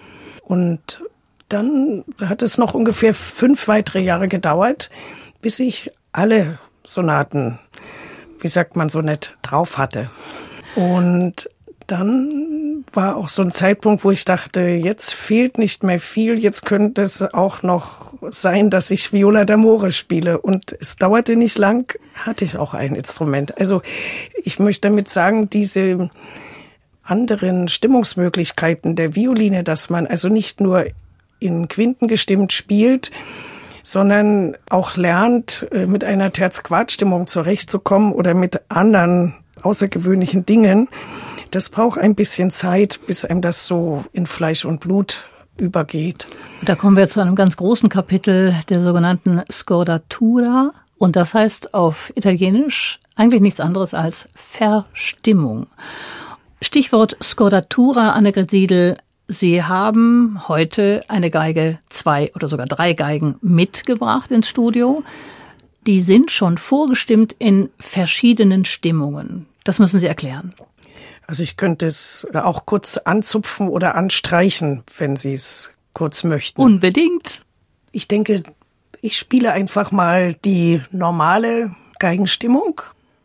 S3: Und dann hat es noch ungefähr fünf weitere Jahre gedauert, bis ich alle Sonaten, wie sagt man so nett, drauf hatte. Und dann war auch so ein Zeitpunkt, wo ich dachte, jetzt fehlt nicht mehr viel, jetzt könnte es auch noch sein, dass ich Viola d'Amore spiele. Und es dauerte nicht lang, hatte ich auch ein Instrument. Also ich möchte damit sagen, diese anderen Stimmungsmöglichkeiten der Violine, dass man also nicht nur in Quinten gestimmt spielt, sondern auch lernt, mit einer Terz-Quart-Stimmung zurechtzukommen oder mit anderen außergewöhnlichen Dingen. Das braucht ein bisschen Zeit, bis einem das so in Fleisch und Blut übergeht.
S2: Da kommen wir zu einem ganz großen Kapitel der sogenannten Scordatura. Und das heißt auf Italienisch eigentlich nichts anderes als Verstimmung. Stichwort Scordatura, Annegret Siedel. Sie haben heute eine Geige, zwei oder sogar drei Geigen mitgebracht ins Studio. Die sind schon vorgestimmt in verschiedenen Stimmungen. Das müssen Sie erklären.
S3: Also ich könnte es auch kurz anzupfen oder anstreichen, wenn Sie es kurz möchten.
S2: Unbedingt.
S3: Ich denke, ich spiele einfach mal die normale Geigenstimmung.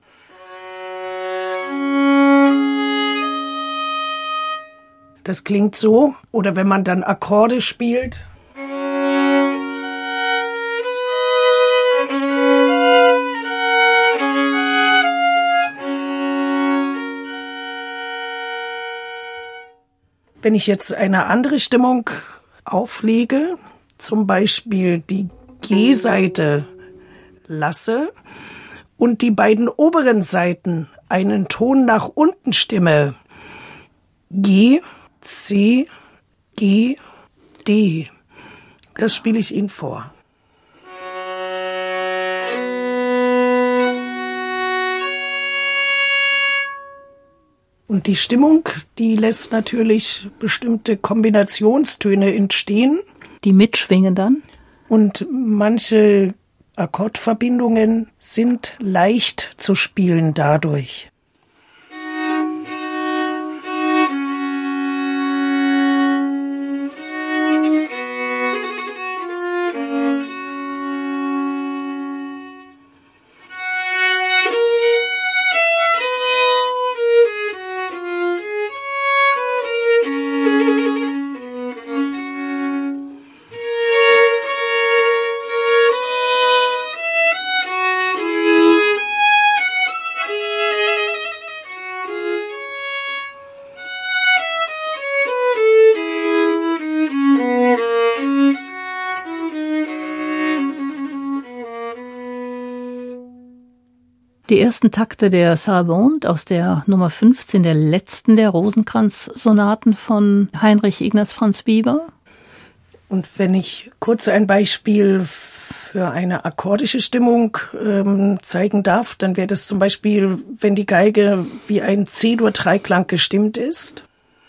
S3: Das klingt so. Oder wenn man dann Akkorde spielt. Wenn ich jetzt eine andere Stimmung auflege, zum Beispiel die G-Seite lasse und die beiden oberen Seiten einen Ton nach unten stimme, G, C, G, D, das spiele ich Ihnen vor. Und die Stimmung, die lässt natürlich bestimmte Kombinationstöne entstehen.
S2: Die mitschwingen dann?
S3: Und manche Akkordverbindungen sind leicht zu spielen dadurch.
S2: Die ersten Takte der Sarabande aus der Nummer fünfzehn, der letzten der Rosenkranz-Sonaten von Heinrich Ignaz Franz Bieber.
S3: Und wenn ich kurz ein Beispiel für eine akkordische Stimmung ähm, zeigen darf, dann wäre das zum Beispiel, wenn die Geige wie ein C-Dur-Dreiklang gestimmt ist.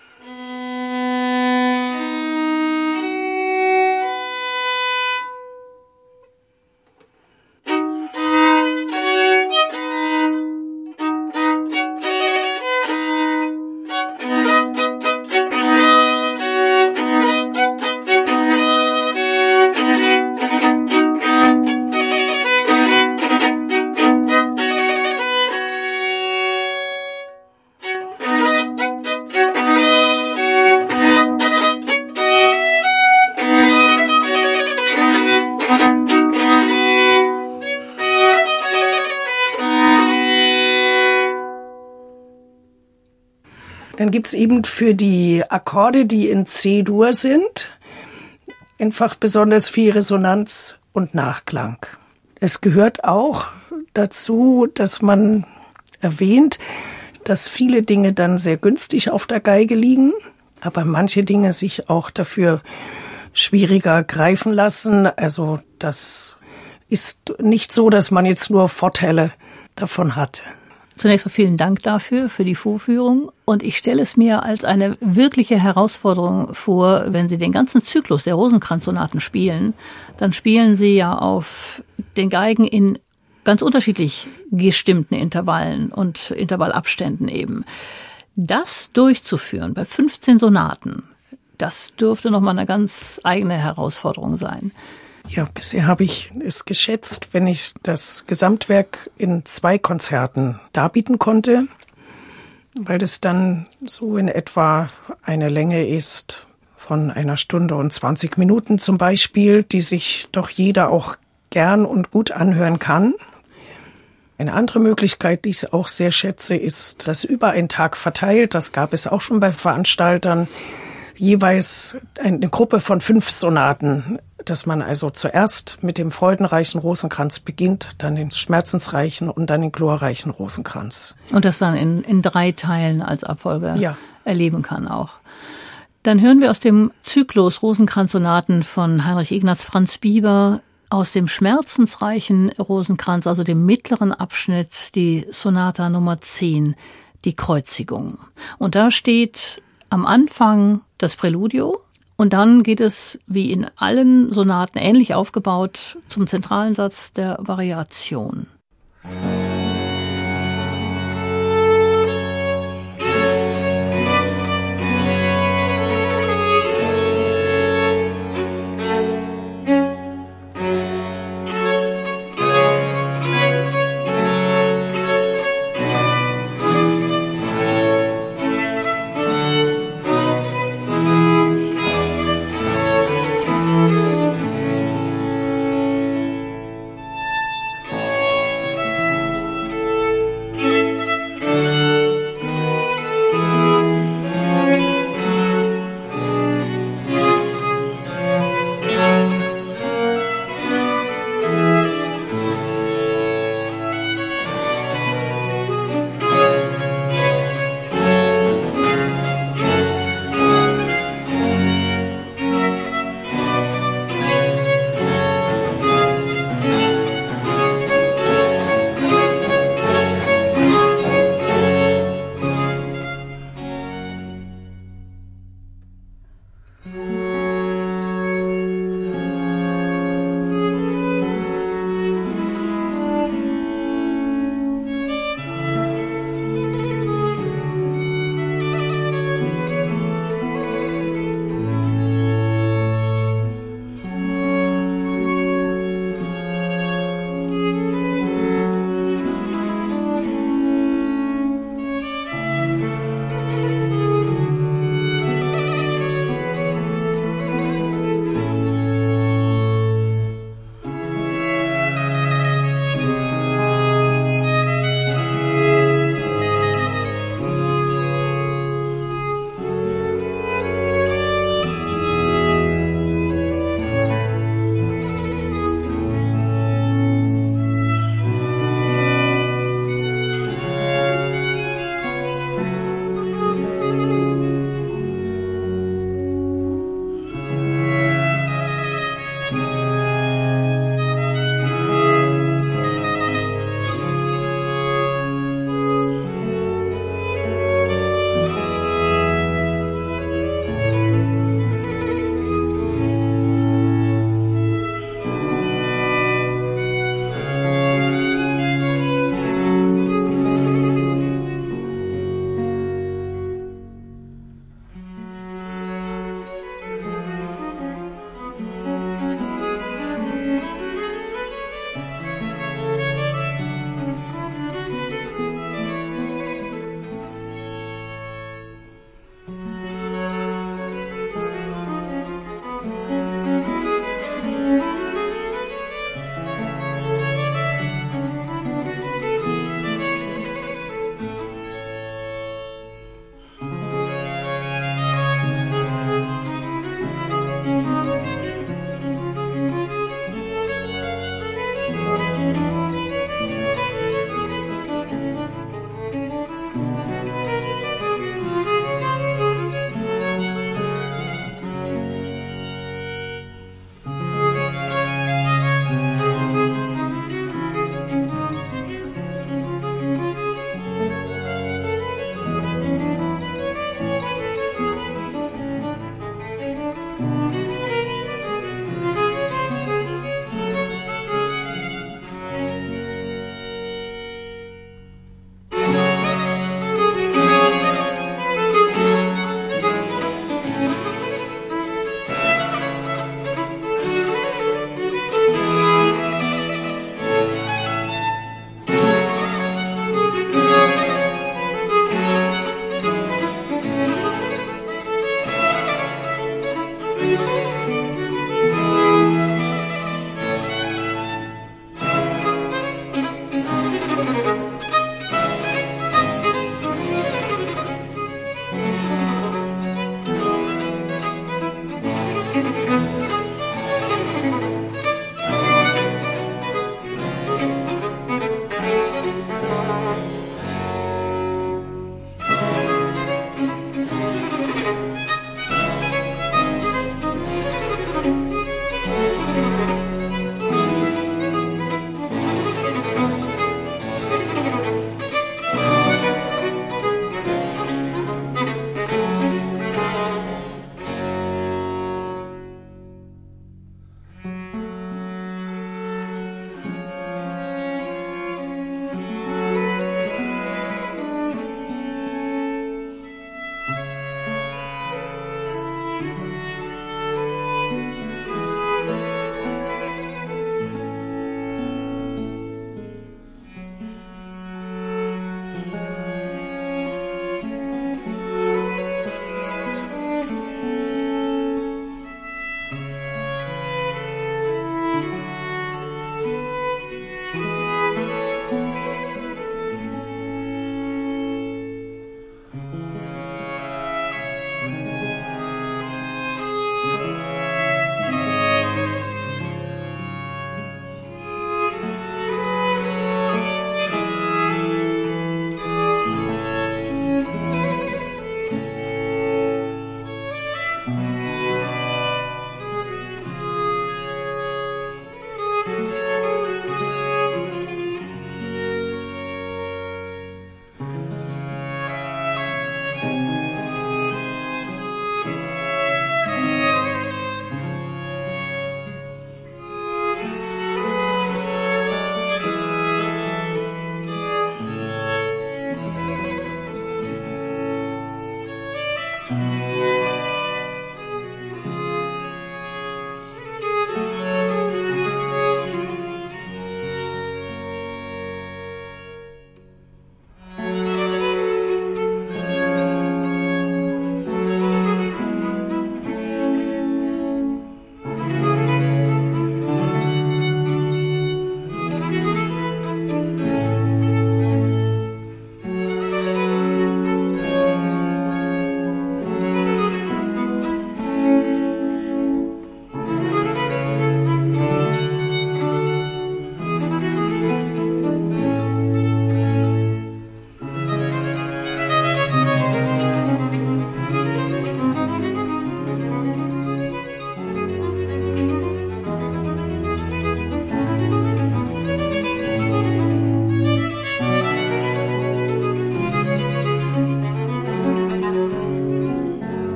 S3: Dann gibt's eben für die Akkorde, die in C-Dur sind, einfach besonders viel Resonanz und Nachklang. Es gehört auch dazu, dass man erwähnt, dass viele Dinge dann sehr günstig auf der Geige liegen, aber manche Dinge sich auch dafür schwieriger greifen lassen. Also das ist nicht so, dass man jetzt nur Vorteile davon hat.
S2: Zunächst mal vielen Dank dafür, für die Vorführung. Und ich stelle es mir als eine wirkliche Herausforderung vor, wenn Sie den ganzen Zyklus der Rosenkranz-Sonaten spielen, dann spielen Sie ja auf den Geigen in ganz unterschiedlich gestimmten Intervallen und Intervallabständen eben. Das durchzuführen bei fünfzehn Sonaten, das dürfte nochmal eine ganz eigene Herausforderung sein.
S3: Ja, bisher habe ich es geschätzt, wenn ich das Gesamtwerk in zwei Konzerten darbieten konnte, weil es dann so in etwa eine Länge ist von einer Stunde und zwanzig Minuten zum Beispiel, die sich doch jeder auch gern und gut anhören kann. Eine andere Möglichkeit, die ich auch sehr schätze, ist, dass über einen Tag verteilt, das gab es auch schon bei Veranstaltern, jeweils eine Gruppe von fünf Sonaten, dass man also zuerst mit dem freudenreichen Rosenkranz beginnt, dann den schmerzensreichen und dann den glorreichen Rosenkranz.
S2: Und das dann in, in drei Teilen als Abfolge
S3: ja.
S2: erleben kann auch. Dann hören wir aus dem Zyklus Rosenkranzsonaten von Heinrich Ignaz Franz Bieber aus dem schmerzensreichen Rosenkranz, also dem mittleren Abschnitt, die Sonata Nummer zehn, die Kreuzigung. Und da steht am Anfang das Präludio und dann geht es, wie in allen Sonaten ähnlich aufgebaut, zum zentralen Satz der Variation.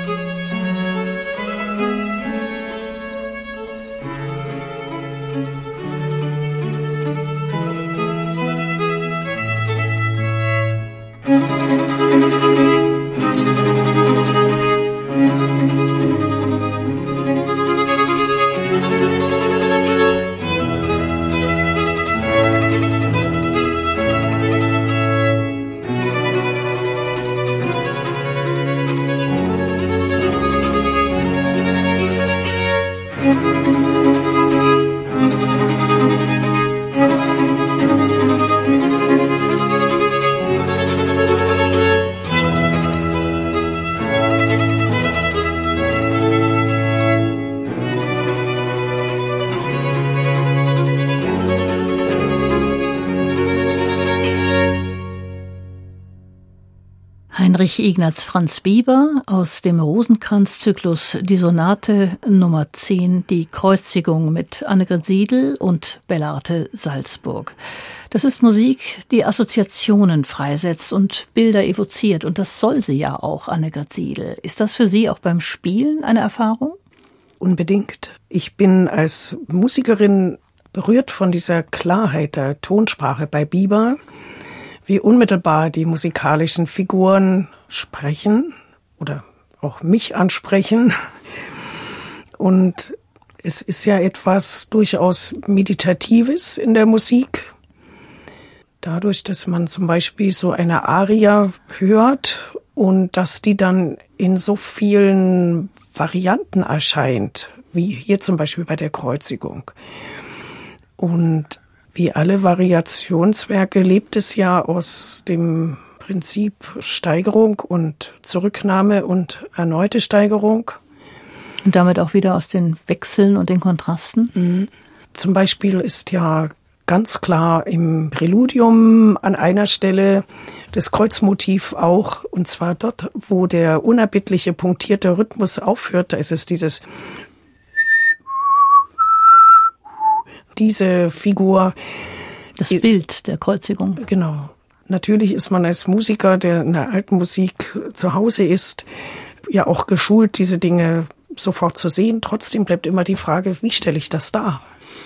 S2: Heinrich Ignaz Franz Bieber aus dem Rosenkranz-Zyklus, die Sonate Nummer zehn, die Kreuzigung mit Annegret Siedel und Beate Salzburg. Das ist Musik, die Assoziationen freisetzt und Bilder evoziert. Und das soll sie ja auch, Annegret Siedel. Ist das für Sie auch beim Spielen eine Erfahrung?
S3: Unbedingt. Ich bin als Musikerin berührt von dieser Klarheit der Tonsprache bei Bieber, wie unmittelbar die musikalischen Figuren sprechen oder auch mich ansprechen. Und es ist ja etwas durchaus Meditatives in der Musik. Dadurch, dass man zum Beispiel so eine Aria hört und dass die dann in so vielen Varianten erscheint, wie hier zum Beispiel bei der Kreuzigung. Und wie alle Variationswerke lebt es ja aus dem Prinzip Steigerung und Zurücknahme und erneute Steigerung.
S2: Und damit auch wieder aus den Wechseln und den Kontrasten?
S3: Mhm. Zum Beispiel ist ja ganz klar im Präludium an einer Stelle das Kreuzmotiv auch, und zwar dort, wo der unerbittliche punktierte Rhythmus aufhört, da ist es dieses diese Figur.
S2: Das
S3: ist,
S2: Bild der Kreuzigung.
S3: Genau. Natürlich ist man als Musiker, der in der alten Musik zu Hause ist, ja auch geschult, diese Dinge sofort zu sehen. Trotzdem bleibt immer die Frage, wie stelle ich das dar?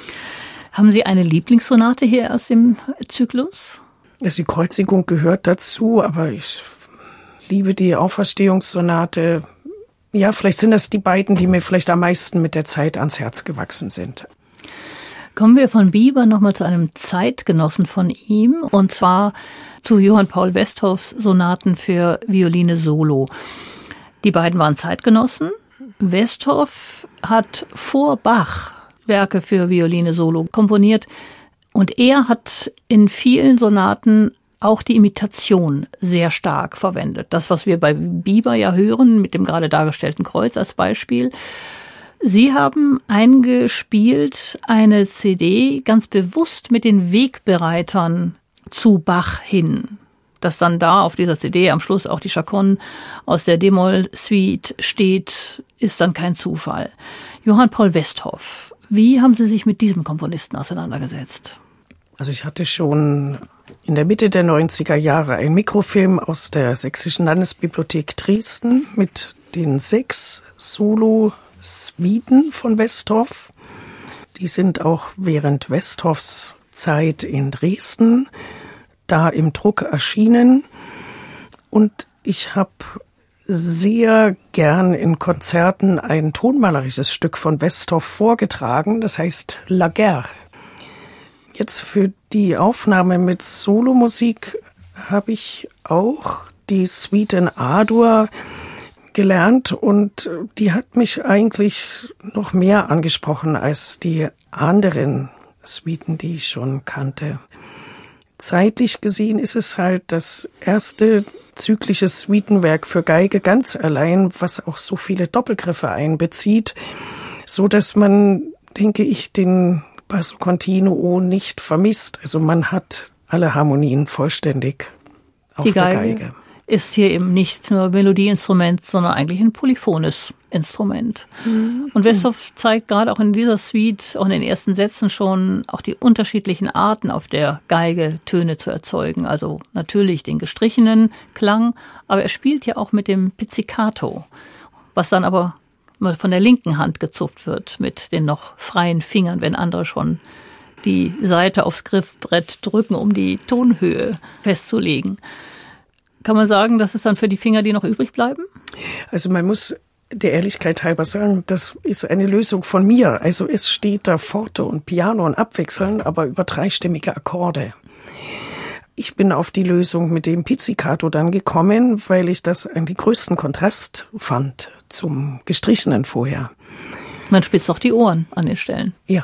S2: Haben Sie eine Lieblingssonate hier aus dem Zyklus?
S3: Also die Kreuzigung gehört dazu, aber ich liebe die Auferstehungssonate. Ja, vielleicht sind das die beiden, die mir vielleicht am meisten mit der Zeit ans Herz gewachsen sind.
S2: Kommen wir von Bieber nochmal zu einem Zeitgenossen von ihm, und zwar zu Johann Paul Westhoffs Sonaten für Violine Solo. Die beiden waren Zeitgenossen. Westhoff hat vor Bach Werke für Violine Solo komponiert und er hat in vielen Sonaten auch die Imitation sehr stark verwendet. Das, was wir bei Bieber ja hören, mit dem gerade dargestellten Kreuz als Beispiel. Sie haben eingespielt eine C D ganz bewusst mit den Wegbereitern zu Bach hin. Dass dann da auf dieser C D am Schluss auch die Chaconne aus der D-Moll-Suite steht, ist dann kein Zufall. Johann Paul Westhoff, wie haben Sie sich mit diesem Komponisten auseinandergesetzt?
S3: Also ich hatte schon in der Mitte der neunziger Jahre einen Mikrofilm aus der Sächsischen Landesbibliothek Dresden mit den sechs Solo Suiten von Westhoff. Die sind auch während Westhoffs Zeit in Dresden da im Druck erschienen. Und ich habe sehr gern in Konzerten ein tonmalerisches Stück von Westhoff vorgetragen, das heißt La Guerre. Jetzt für die Aufnahme mit Solomusik habe ich auch die Suite in A-Dur gelernt und die hat mich eigentlich noch mehr angesprochen als die anderen Suiten, die ich schon kannte. Zeitlich gesehen ist es halt das erste zyklische Suitenwerk für Geige ganz allein, was auch so viele Doppelgriffe einbezieht, so dass man, denke ich, den Basso Continuo nicht vermisst. Also man hat alle Harmonien vollständig auf
S2: die
S3: der
S2: Geige
S3: Geige.
S2: Ist hier eben nicht nur Melodieinstrument, sondern eigentlich ein polyphones Instrument. Mhm. Und Westhoff zeigt gerade auch in dieser Suite, auch in den ersten Sätzen schon, auch die unterschiedlichen Arten auf der Geige Töne zu erzeugen. Also natürlich den gestrichenen Klang, aber er spielt ja auch mit dem Pizzicato, was dann aber mal von der linken Hand gezupft wird mit den noch freien Fingern, wenn andere schon die Saite aufs Griffbrett drücken, um die Tonhöhe festzulegen. Kann man sagen, das ist dann für die Finger, die noch übrig bleiben?
S3: Also man muss der Ehrlichkeit halber sagen, das ist eine Lösung von mir. Also es steht da Forte und Piano und abwechselnd, aber über dreistimmige Akkorde. Ich bin auf die Lösung mit dem Pizzicato dann gekommen, weil ich das einen größten Kontrast fand zum Gestrichenen vorher.
S2: Man spitzt doch die Ohren an den Stellen.
S3: Ja.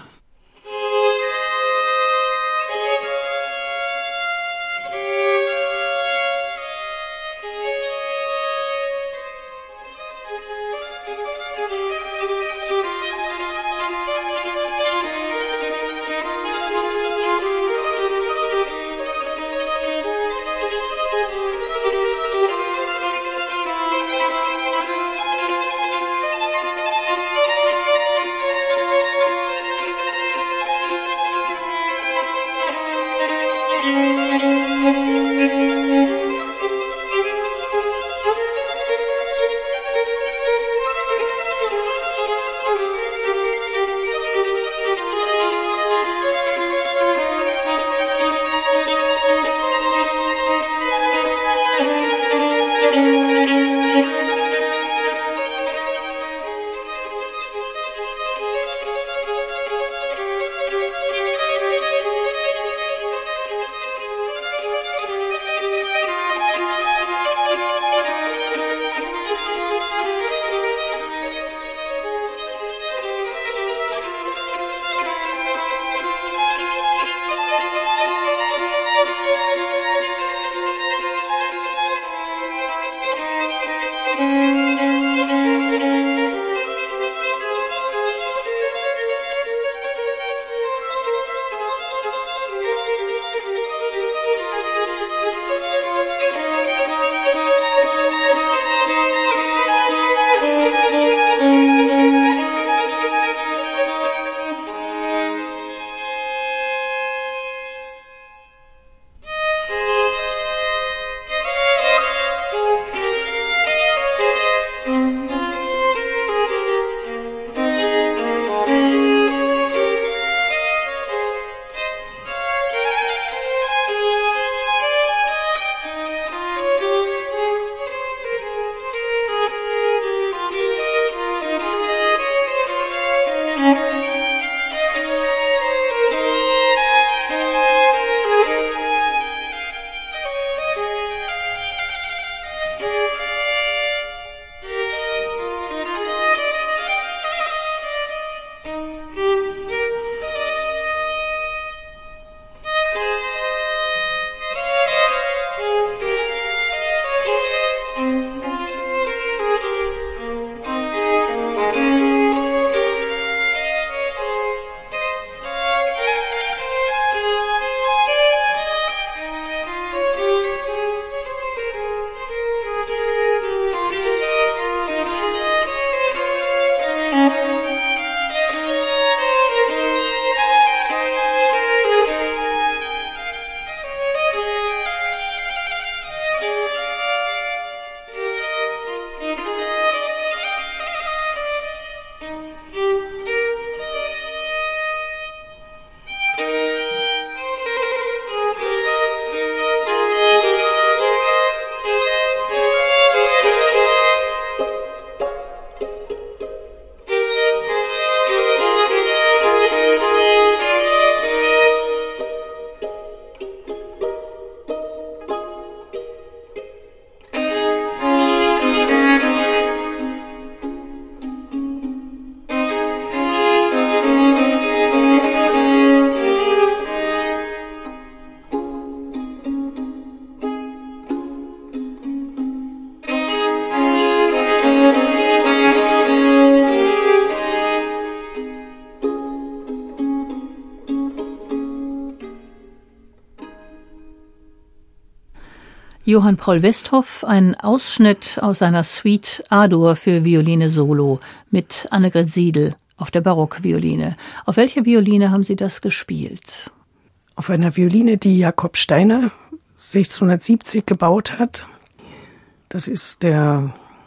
S2: Johann Paul Westhoff, ein Ausschnitt aus seiner Suite A-Dur für Violine Solo mit Annegret Siedel auf der Barockvioline. Auf welcher Violine haben Sie das gespielt?
S3: Auf einer Violine, die Jakob Steiner sechzehnhundertsiebzig gebaut hat. Das ist der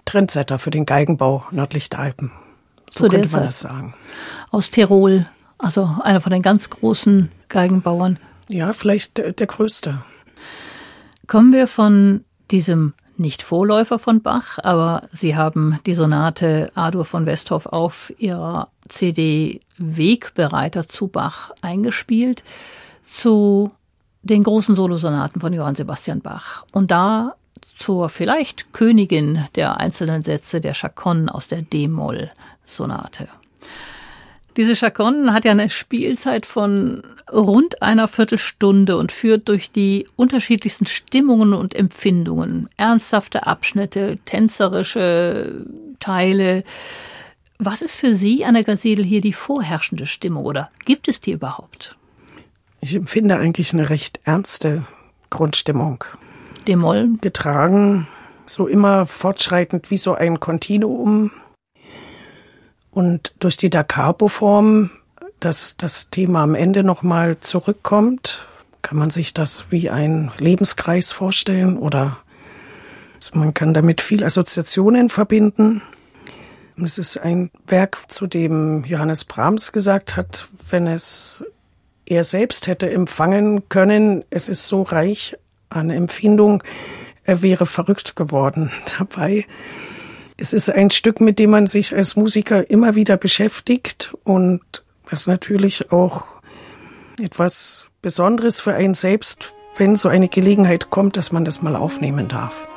S3: Trendsetter für den Geigenbau nördlich der Alpen. So
S2: Zu der
S3: könnte man
S2: Zeit.
S3: das sagen.
S2: Aus Tirol, also einer von den ganz großen Geigenbauern.
S3: Ja, vielleicht der, der größte.
S2: Kommen wir von diesem nicht Vorläufer von Bach, aber Sie haben die Sonate A-Dur von Westhoff auf Ihrer C D Wegbereiter zu Bach eingespielt, zu den großen Solosonaten von Johann Sebastian Bach. Und da zur vielleicht Königin der einzelnen Sätze, der Chaconne aus der D-Moll-Sonate. Diese Chaconne hat ja eine Spielzeit von rund einer Viertelstunde und führt durch die unterschiedlichsten Stimmungen und Empfindungen. Ernsthafte Abschnitte, tänzerische Teile. Was ist für Sie, Annegret Siedel, hier die vorherrschende Stimmung oder gibt es die überhaupt?
S3: Ich empfinde eigentlich eine recht ernste Grundstimmung.
S2: D-Moll?
S3: Getragen, so immer fortschreitend wie so ein Kontinuum. Und durch die Da Capo-Form, dass das Thema am Ende nochmal zurückkommt, kann man sich das wie ein Lebenskreis vorstellen oder also man kann damit viel Assoziationen verbinden. Und es ist ein Werk, zu dem Johannes Brahms gesagt hat, wenn es er selbst hätte empfangen können, es ist so reich an Empfindung, er wäre verrückt geworden dabei. Es ist ein Stück, mit dem man sich als Musiker immer wieder beschäftigt und was natürlich auch etwas Besonderes für einen selbst, wenn so eine Gelegenheit kommt, dass man das mal aufnehmen darf.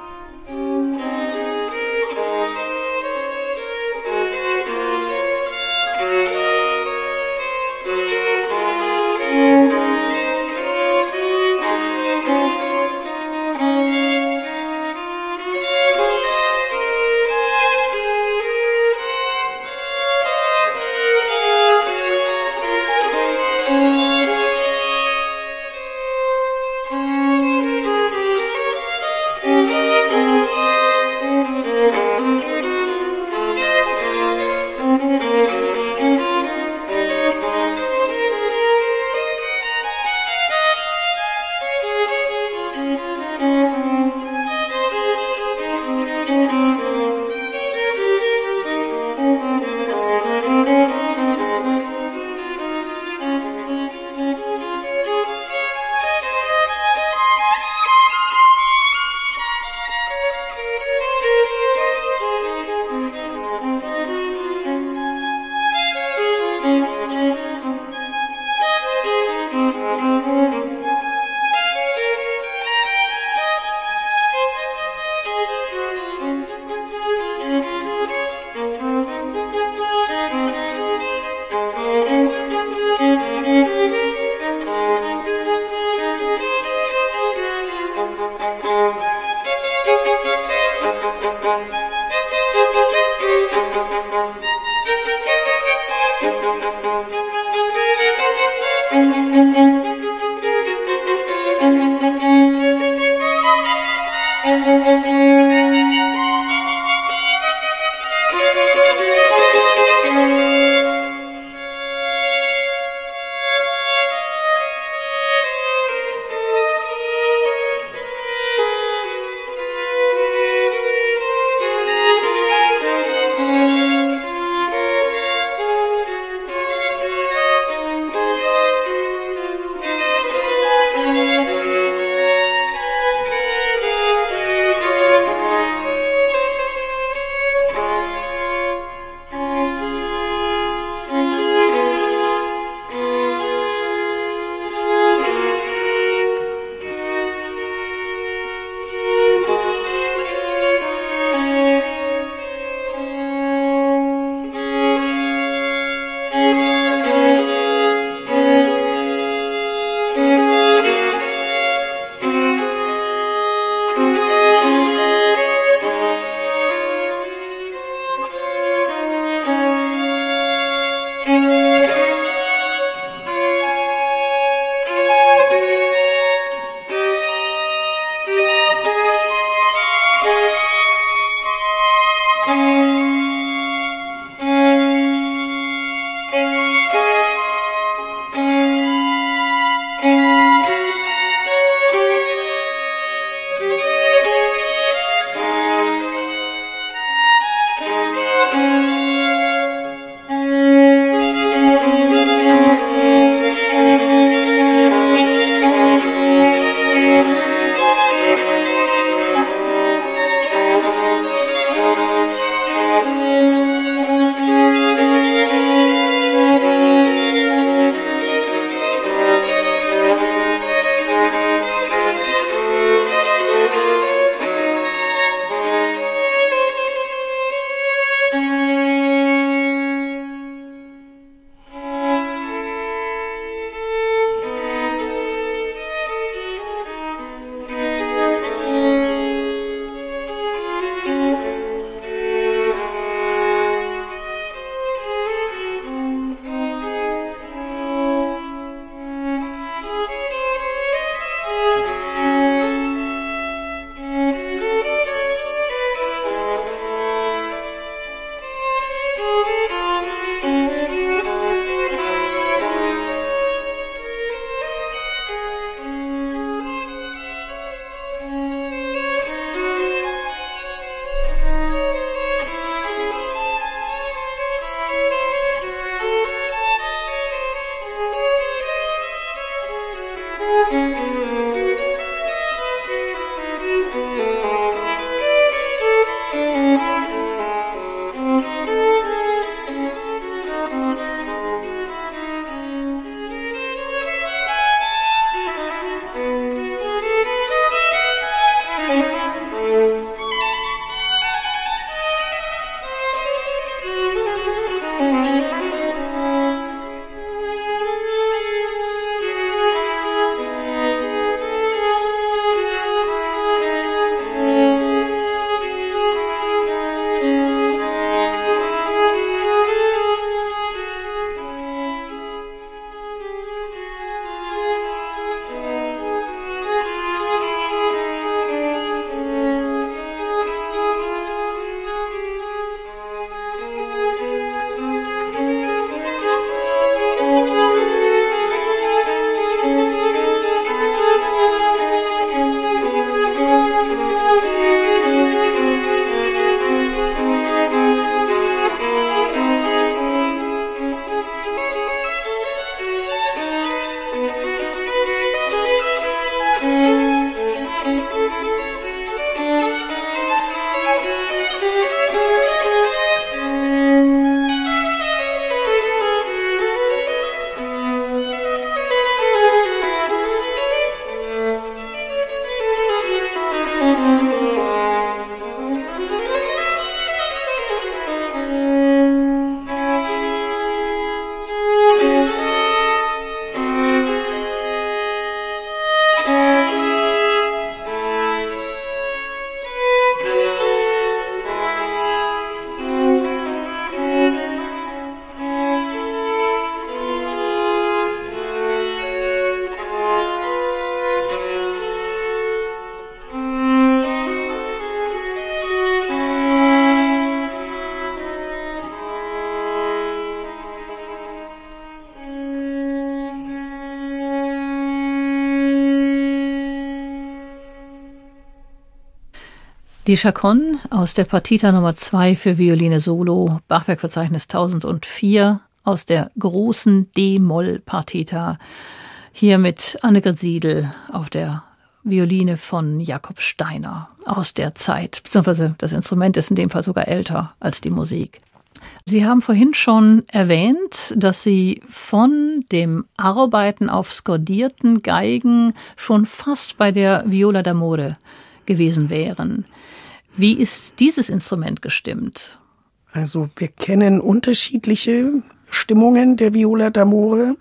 S2: Die Chaconne aus der Partita Nummer zwei für Violine Solo, Bachwerkverzeichnis tausendvier, aus der großen D-Moll-Partita. Hier mit Annegret Siedel auf der Violine von Jakob Steiner aus der Zeit, beziehungsweise das Instrument ist in dem Fall sogar älter als die Musik. Sie haben vorhin schon erwähnt, dass Sie von dem Arbeiten auf skordierten Geigen schon fast bei der Viola d'Amore gewesen wären. Wie ist dieses Instrument gestimmt?
S3: Also wir kennen unterschiedliche Stimmungen der Viola d'Amore.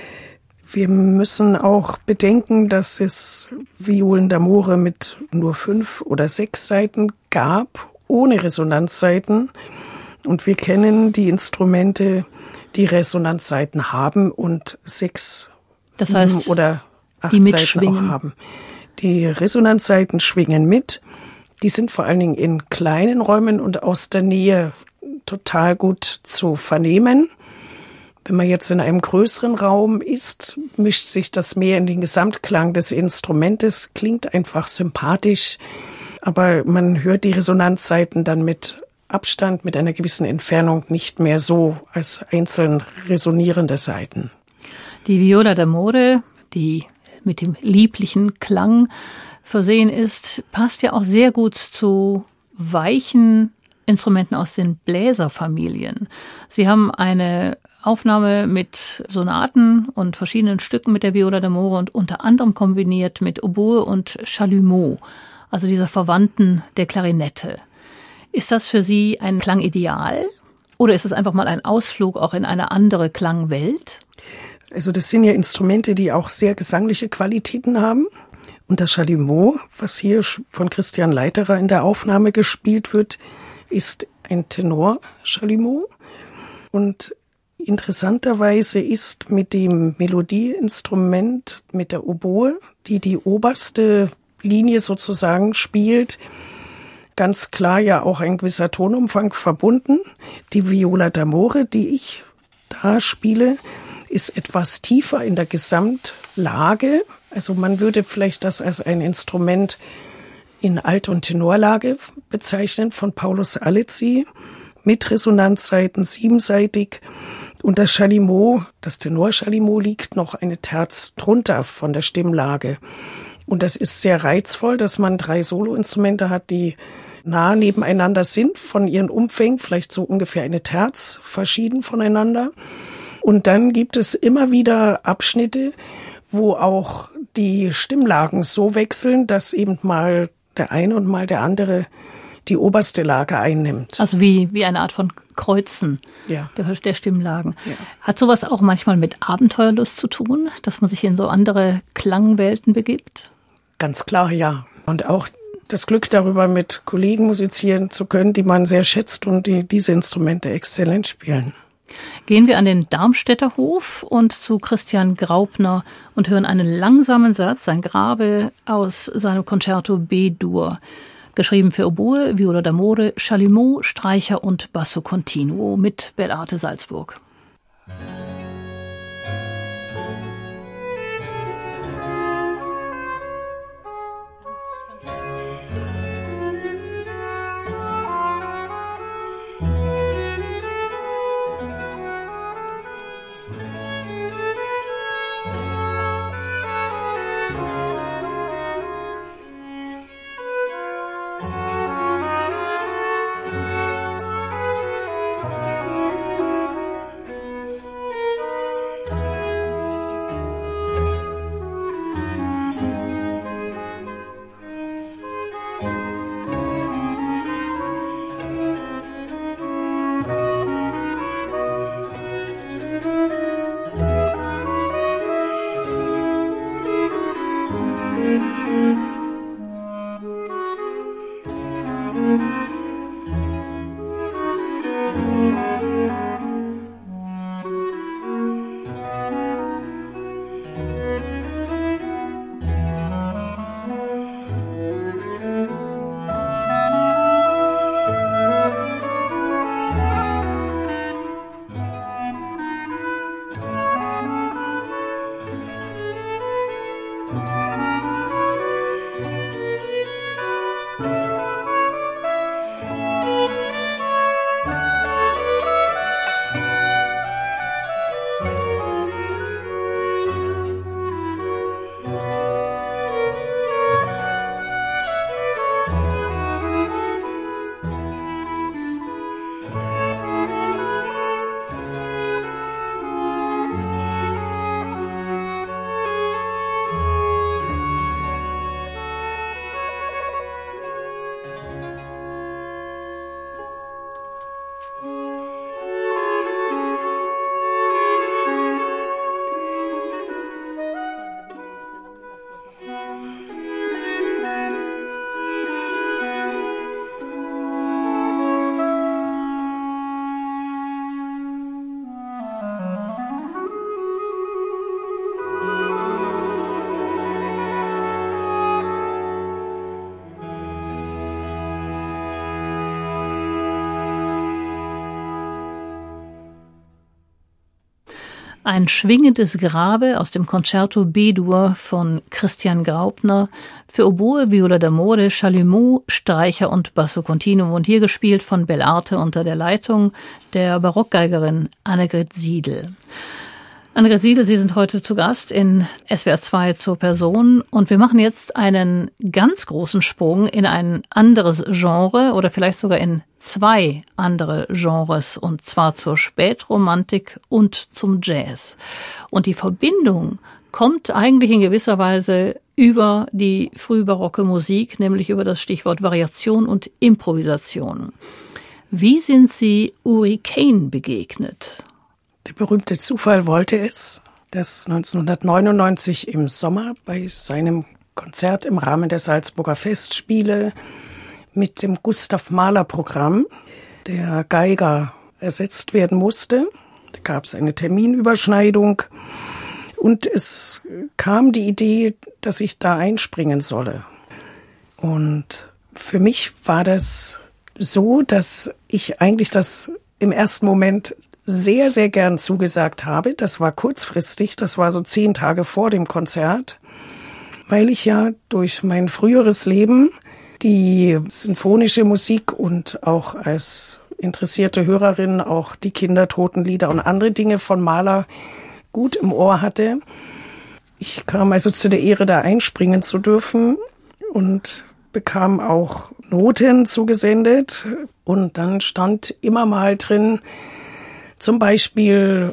S3: Wir müssen auch bedenken, dass es Violen d'Amore mit nur fünf oder sechs Saiten gab, ohne Resonanzsaiten. Und wir kennen die Instrumente, die Resonanzsaiten haben und sechs,
S2: das
S3: sieben
S2: heißt,
S3: oder acht
S2: die
S3: Saiten auch haben. Die Resonanzsaiten schwingen mit. Die sind vor allen Dingen in kleinen Räumen und aus der Nähe total gut zu vernehmen. Wenn man jetzt in einem größeren Raum ist, mischt sich das mehr in den Gesamtklang des Instrumentes, klingt einfach sympathisch, aber man hört die Resonanzsaiten dann mit Abstand, mit einer gewissen Entfernung nicht mehr so als einzeln resonierende Saiten.
S2: Die Viola d'Amore, die mit dem lieblichen Klang versehen ist, passt ja auch sehr gut zu weichen Instrumenten aus den Bläserfamilien. Sie haben eine Aufnahme mit Sonaten und verschiedenen Stücken mit der Viola d'Amore und unter anderem kombiniert mit Oboe und Chalumeau, also dieser Verwandten der Klarinette. Ist das für Sie ein Klangideal oder ist es einfach mal ein Ausflug auch in eine andere Klangwelt?
S3: Also das sind ja Instrumente, die auch sehr gesangliche Qualitäten haben. Und das Chalumeau, was hier von Christian Leiterer in der Aufnahme gespielt wird, ist ein Tenor-Chalumeau. Und interessanterweise ist mit dem Melodieinstrument, mit der Oboe, die die oberste Linie sozusagen spielt, ganz klar ja auch ein gewisser Tonumfang verbunden. Die Viola d'Amore, die ich da spiele, ist etwas tiefer in der Gesamtlage. Also man würde vielleicht das als ein Instrument in Alt- und Tenorlage bezeichnen von Paulus Alizzi mit Resonanzsaiten siebenseitig. Und das Chalumeau, das Tenor-Chalumeau liegt noch eine Terz drunter von der Stimmlage. Und das ist sehr reizvoll, dass man drei Soloinstrumente hat, die nah nebeneinander sind von ihren Umfängen, vielleicht so ungefähr eine Terz verschieden voneinander. Und dann gibt es immer wieder Abschnitte, wo auch die Stimmlagen so wechseln, dass eben mal der eine und mal der andere die oberste Lage einnimmt.
S2: Also wie, wie eine Art von Kreuzen
S3: ja.
S2: der, der Stimmlagen.
S3: Ja.
S2: Hat sowas auch manchmal mit Abenteuerlust zu tun, dass man sich in so andere Klangwelten begibt?
S3: Ganz klar, ja. Und auch das Glück darüber, mit Kollegen musizieren zu können, die man sehr schätzt und die diese Instrumente exzellent spielen.
S2: Gehen wir an den Darmstädter Hof und zu Christian Graupner und hören einen langsamen Satz, ein Grabe aus seinem Concerto B-Dur. Geschrieben für Oboe, Viola d'Amore, Chalumeau, Streicher und Basso Continuo mit Bellarte Salzburg. Ein schwingendes Grabe aus dem Concerto B-Dur von Christian Graupner für Oboe, Viola d'amore, Chalumeau, Streicher und Basso Continuo und hier gespielt von Bell'Arte unter der Leitung der Barockgeigerin Annegret Siedel. Annegret Siedel, Sie sind heute zu Gast in S W R zwei zur Person und wir machen jetzt einen ganz großen Sprung in ein anderes Genre oder vielleicht sogar in zwei andere Genres und zwar zur Spätromantik und zum Jazz. Und die Verbindung kommt eigentlich in gewisser Weise über die frühbarocke Musik, nämlich über das Stichwort Variation und Improvisation. Wie sind Sie Uri Cain begegnet?
S3: Der berühmte Zufall wollte es, dass neunzehnhundertneunundneunzig im Sommer bei seinem Konzert im Rahmen der Salzburger Festspiele mit dem Gustav-Mahler-Programm der Geiger ersetzt werden musste. Da gab es eine Terminüberschneidung und es kam die Idee, dass ich da einspringen solle. Und für mich war das so, dass ich eigentlich das im ersten Moment sehr, sehr gern zugesagt habe. Das war kurzfristig, das war so zehn Tage vor dem Konzert, weil ich ja durch mein früheres Leben die sinfonische Musik und auch als interessierte Hörerin auch die Kindertotenlieder und andere Dinge von Mahler gut im Ohr hatte. Ich kam also zu der Ehre, da einspringen zu dürfen und bekam auch Noten zugesendet und dann stand immer mal drin, zum Beispiel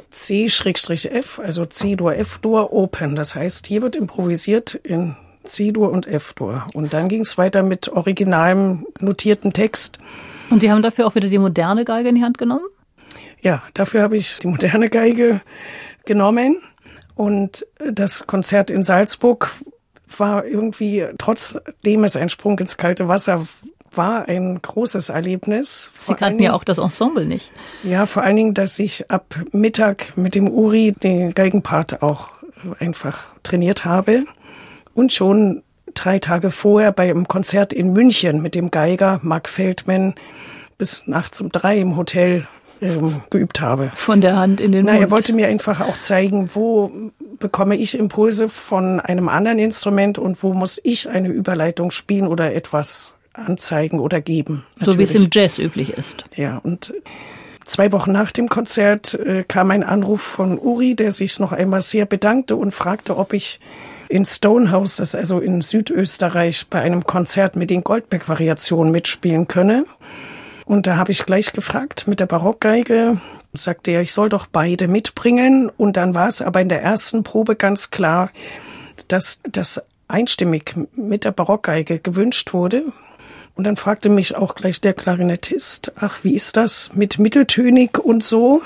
S3: C-F, also C-Dur, F-Dur, Open. Das heißt, hier wird improvisiert in C-Dur und F-Dur. Und dann ging es weiter mit originalem notierten Text.
S2: Und Sie haben dafür auch wieder die moderne Geige in die Hand genommen?
S3: Ja, dafür habe ich die moderne Geige genommen. Und das Konzert in Salzburg war irgendwie, trotzdem es ein Sprung ins kalte Wasser war, ein großes Erlebnis.
S2: Sie kannten ja auch das Ensemble nicht.
S3: Ja, vor allen Dingen, dass ich ab Mittag mit dem Uri den Geigenpart auch einfach trainiert habe und schon drei Tage vorher bei einem Konzert in München mit dem Geiger Mark Feldman bis nachts um drei im Hotel ähm, geübt habe.
S2: Von der Hand in den
S3: Na,
S2: Mund.
S3: Er wollte mir einfach auch zeigen, wo bekomme ich Impulse von einem anderen Instrument und wo muss ich eine Überleitung spielen oder etwas anzeigen oder geben. Natürlich.
S2: So wie es im Jazz üblich ist.
S3: Ja, und zwei Wochen nach dem Konzert äh, kam ein Anruf von Uri, der sich noch einmal sehr bedankte und fragte, ob ich in Stonehouse, das ist also in Südösterreich, bei einem Konzert mit den Goldberg-Variationen mitspielen könne. Und da habe ich gleich gefragt mit der Barockgeige, sagte er, ich soll doch beide mitbringen. Und dann war es aber in der ersten Probe ganz klar, dass das einstimmig mit der Barockgeige gewünscht wurde. Und dann fragte mich auch gleich der Klarinettist, ach, wie ist das mit mitteltönig und so?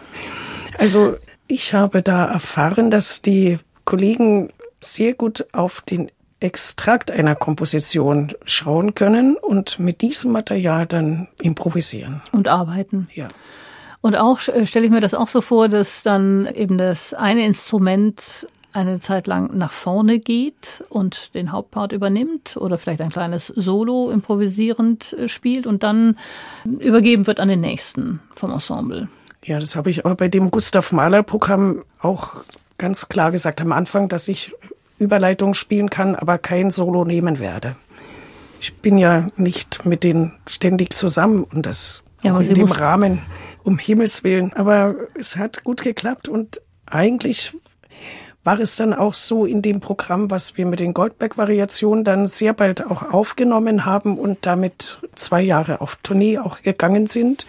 S3: Also ich habe da erfahren, dass die Kollegen sehr gut auf den Extrakt einer Komposition schauen können und mit diesem Material dann improvisieren.
S2: Und arbeiten.
S3: Ja.
S2: Und auch äh, stelle ich mir das auch so vor, dass dann eben das eine Instrument eine Zeit lang nach vorne geht und den Hauptpart übernimmt oder vielleicht ein kleines Solo improvisierend spielt und dann übergeben wird an den nächsten vom Ensemble.
S3: Ja, das habe ich aber bei dem Gustav-Mahler-Programm auch ganz klar gesagt am Anfang, dass ich Überleitung spielen kann, aber kein Solo nehmen werde. Ich bin ja nicht mit denen ständig zusammen und das
S2: ja,
S3: auch in
S2: Sie
S3: dem
S2: muss
S3: Rahmen, um Himmels Willen. Aber es hat gut geklappt und eigentlich war es dann auch so in dem Programm, was wir mit den Goldberg-Variationen dann sehr bald auch aufgenommen haben und damit zwei Jahre auf Tournee auch gegangen sind,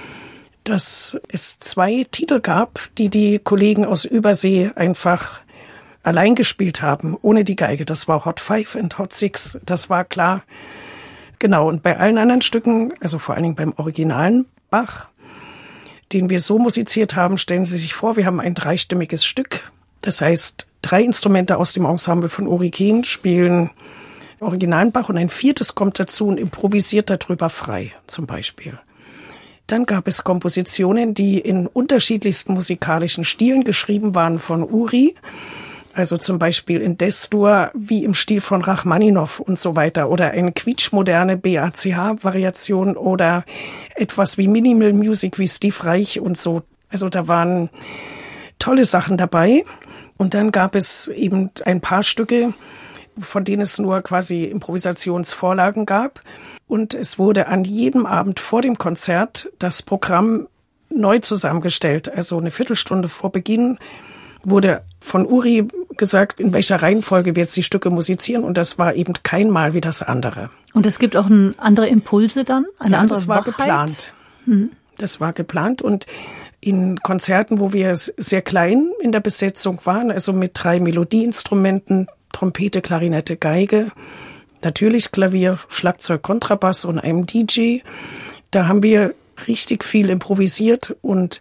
S3: dass es zwei Titel gab, die die Kollegen aus Übersee einfach allein gespielt haben, ohne die Geige. Das war Hot Five und Hot Six, das war klar. Genau, und bei allen anderen Stücken, also vor allen Dingen beim originalen Bach, den wir so musiziert haben, stellen Sie sich vor, wir haben ein dreistimmiges Stück. Das heißt, drei Instrumente aus dem Ensemble von Uri Cain spielen originalen Bach und ein viertes kommt dazu und improvisiert darüber frei, zum Beispiel. Dann gab es Kompositionen, die in unterschiedlichsten musikalischen Stilen geschrieben waren von Uri. Also zum Beispiel in Des-Dur wie im Stil von Rachmaninow und so weiter. Oder eine quietschmoderne B A C H-Variation oder etwas wie Minimal Music wie Steve Reich und so. Also da waren tolle Sachen dabei. Und dann gab es eben ein paar Stücke, von denen es nur quasi Improvisationsvorlagen gab. Und es wurde an jedem Abend vor dem Konzert das Programm neu zusammengestellt. Also eine Viertelstunde vor Beginn wurde von Uri gesagt, in welcher Reihenfolge wir jetzt die Stücke musizieren. Und das war eben kein Mal wie das andere.
S2: Und es gibt auch ein, andere Impulse dann? Eine
S3: ja,
S2: andere
S3: das war
S2: Wachheit?
S3: geplant.
S2: Hm.
S3: Das war geplant. Und in Konzerten, wo wir sehr klein in der Besetzung waren, also mit drei Melodieinstrumenten, Trompete, Klarinette, Geige, natürlich Klavier, Schlagzeug, Kontrabass und einem D J, da haben wir richtig viel improvisiert. Und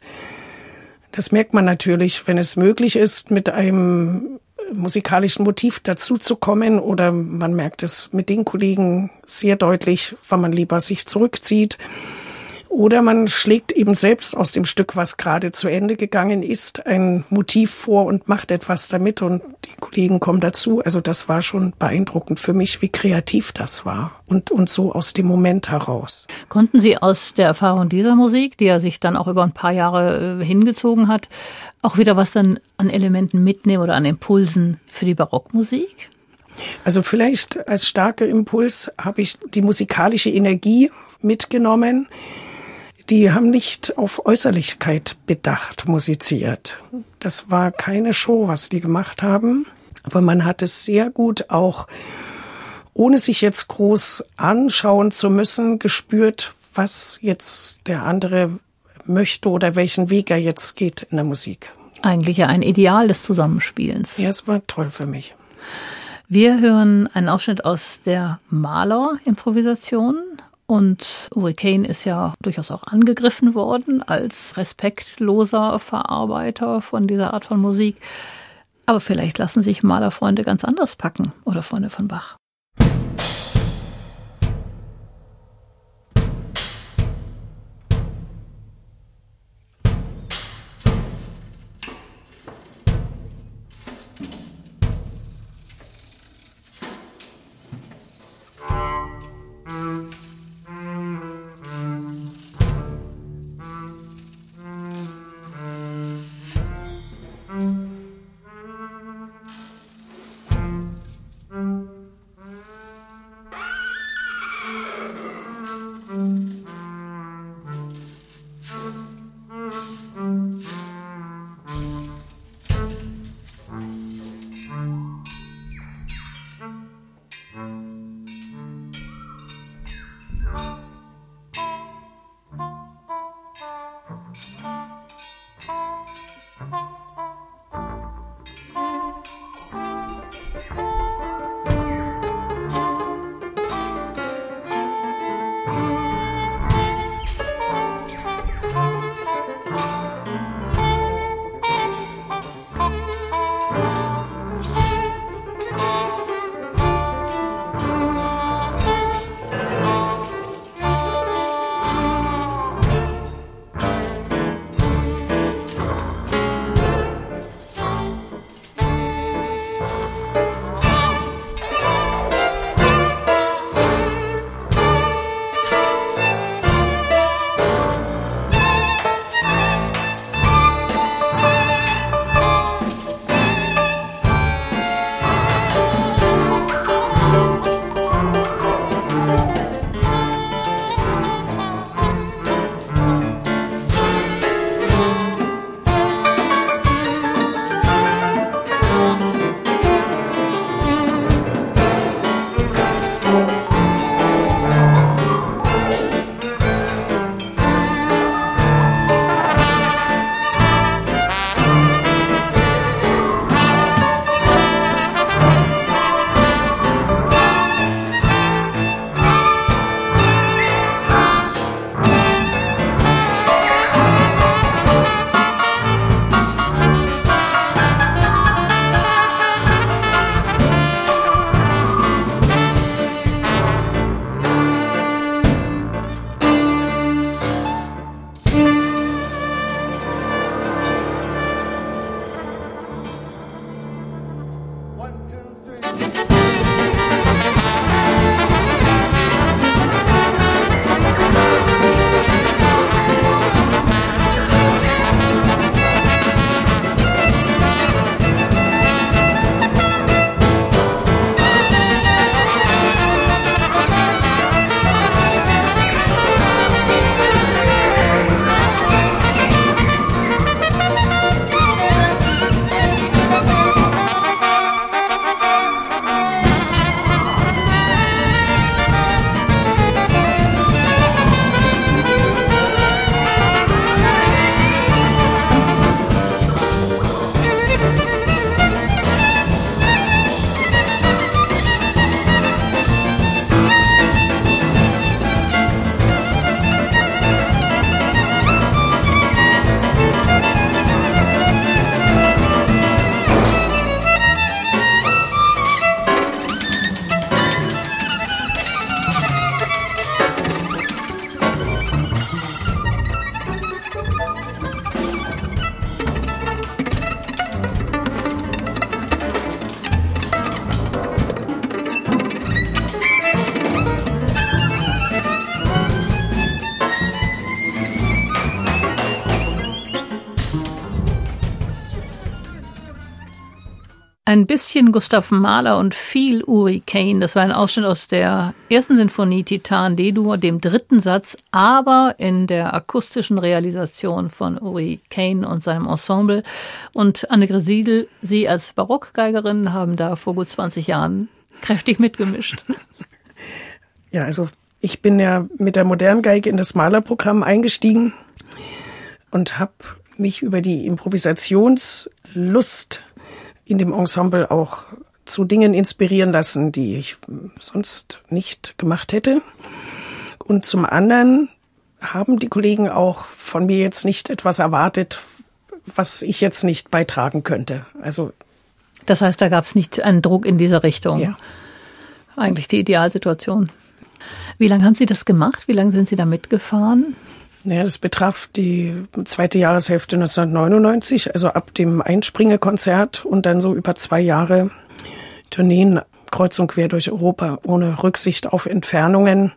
S3: das merkt man natürlich, wenn es möglich ist, mit einem musikalischen Motiv dazuzukommen, oder man merkt es mit den Kollegen sehr deutlich, wenn man lieber sich zurückzieht. Oder man schlägt eben selbst aus dem Stück, was gerade zu Ende gegangen ist, ein Motiv vor und macht etwas damit und die Kollegen kommen dazu. Also das war schon beeindruckend für mich, wie kreativ das war und, und so aus dem Moment heraus.
S2: Konnten Sie aus der Erfahrung dieser Musik, die ja sich dann auch über ein paar Jahre äh, hingezogen hat, auch wieder was dann an Elementen mitnehmen oder an Impulsen für die Barockmusik?
S3: Also vielleicht als starker Impuls habe ich die musikalische Energie mitgenommen. Die haben nicht auf Äußerlichkeit bedacht musiziert. Das war keine Show, was die gemacht haben. Aber man hat es sehr gut auch, ohne sich jetzt groß anschauen zu müssen, gespürt, was jetzt der andere möchte oder welchen Weg er jetzt geht in der Musik.
S2: Eigentlich ja ein Ideal des Zusammenspielens.
S3: Ja, es war toll für mich.
S2: Wir hören einen Ausschnitt aus der Mahler-Improvisation. Und Uri Caine ist ja durchaus auch angegriffen worden als respektloser Verarbeiter von dieser Art von Musik. Aber vielleicht lassen sich Mahler-Freunde ganz anders packen oder Freunde von Bach. ein bisschen Gustav Mahler und viel Uri Caine. Das war ein Ausschnitt aus der ersten Sinfonie Titan D-Dur, dem dritten Satz, aber in der akustischen Realisation von Uri Caine und seinem Ensemble. Und Annegret Siedel, Sie als Barockgeigerin haben da vor gut zwanzig Jahren kräftig mitgemischt.
S3: Ja, also ich bin ja mit der modernen Geige in das Mahler-Programm eingestiegen und habe mich über die Improvisationslust in dem Ensemble auch zu Dingen inspirieren lassen, die ich sonst nicht gemacht hätte. Und zum anderen haben die Kollegen auch von mir jetzt nicht etwas erwartet, was ich jetzt nicht beitragen könnte. Also
S2: das heißt, da gab es nicht einen Druck in dieser Richtung.
S3: Ja.
S2: Eigentlich die Idealsituation. Wie lange haben Sie das gemacht? Wie lange sind Sie da mitgefahren?
S3: Naja, das betraf die zweite Jahreshälfte neunzehnhundertneunundneunzig, also ab dem Einspringe-Konzert und dann so über zwei Jahre Tourneen kreuz und quer durch Europa, ohne Rücksicht auf Entfernungen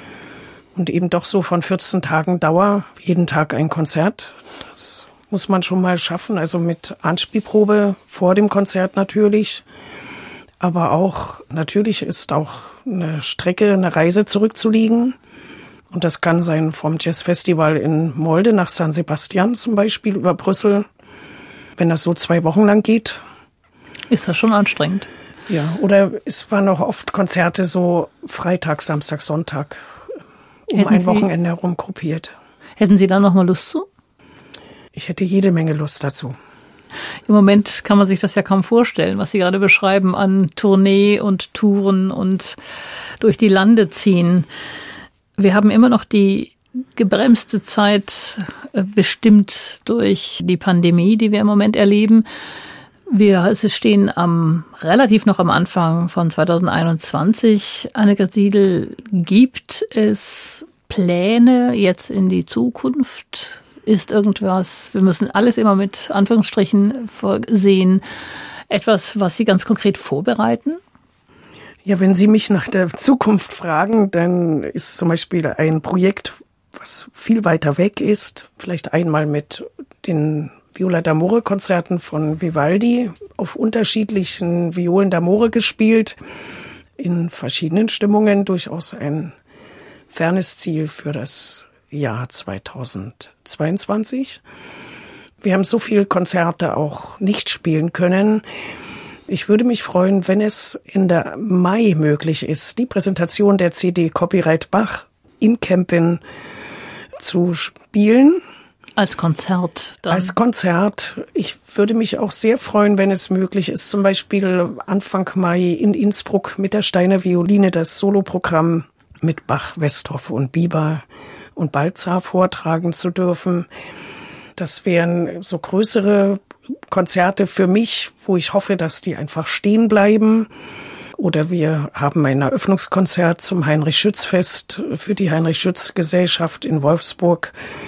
S3: und eben doch so von vierzehn Tagen Dauer, jeden Tag ein Konzert. Das muss man schon mal schaffen, also mit Anspielprobe vor dem Konzert natürlich, aber auch, natürlich ist auch eine Strecke, eine Reise zurückzulegen. Und das kann sein vom Jazzfestival in Molde nach San Sebastian zum Beispiel über Brüssel, wenn das so zwei Wochen lang geht.
S2: Ist das schon anstrengend?
S3: Ja, oder es waren auch oft Konzerte so Freitag, Samstag, Sonntag um
S2: Hätten
S3: ein
S2: Sie,
S3: Wochenende herum gruppiert.
S2: Hätten Sie da noch mal Lust zu?
S3: Ich hätte jede Menge Lust dazu.
S2: Im Moment kann man sich das ja kaum vorstellen, was Sie gerade beschreiben an Tournee und Touren und durch die Lande ziehen. Wir haben immer noch die gebremste Zeit bestimmt durch die Pandemie, die wir im Moment erleben. Wir stehen am, relativ noch am Anfang von zweitausendeinundzwanzig. Annegret Siedel, gibt es Pläne jetzt in die Zukunft? Ist irgendwas, wir müssen alles immer mit Anführungsstrichen sehen, etwas, was Sie ganz konkret vorbereiten?
S3: Ja, wenn Sie mich nach der Zukunft fragen, dann ist zum Beispiel ein Projekt, was viel weiter weg ist, vielleicht einmal mit den Viola d'Amore Konzerten von Vivaldi auf unterschiedlichen Violen d'Amore gespielt, in verschiedenen Stimmungen, durchaus ein fernes Ziel für das Jahr zweitausendzweiundzwanzig. Wir haben so viele Konzerte auch nicht spielen können. Ich würde mich freuen, wenn es in der Mai möglich ist, die Präsentation der C D Copyright Bach in Kempen zu spielen.
S2: Als Konzert dann? Als
S3: Konzert. Ich würde mich auch sehr freuen, wenn es möglich ist, zum Beispiel Anfang Mai in Innsbruck mit der Steiner Violine das Soloprogramm mit Bach, Westhoff und Bieber und Baltzar vortragen zu dürfen. Das wären so größere Konzerte für mich, wo ich hoffe, dass die einfach stehen bleiben. Oder wir haben ein Eröffnungskonzert zum Heinrich-Schütz-Fest für die Heinrich-Schütz-Gesellschaft in Wolfsburg.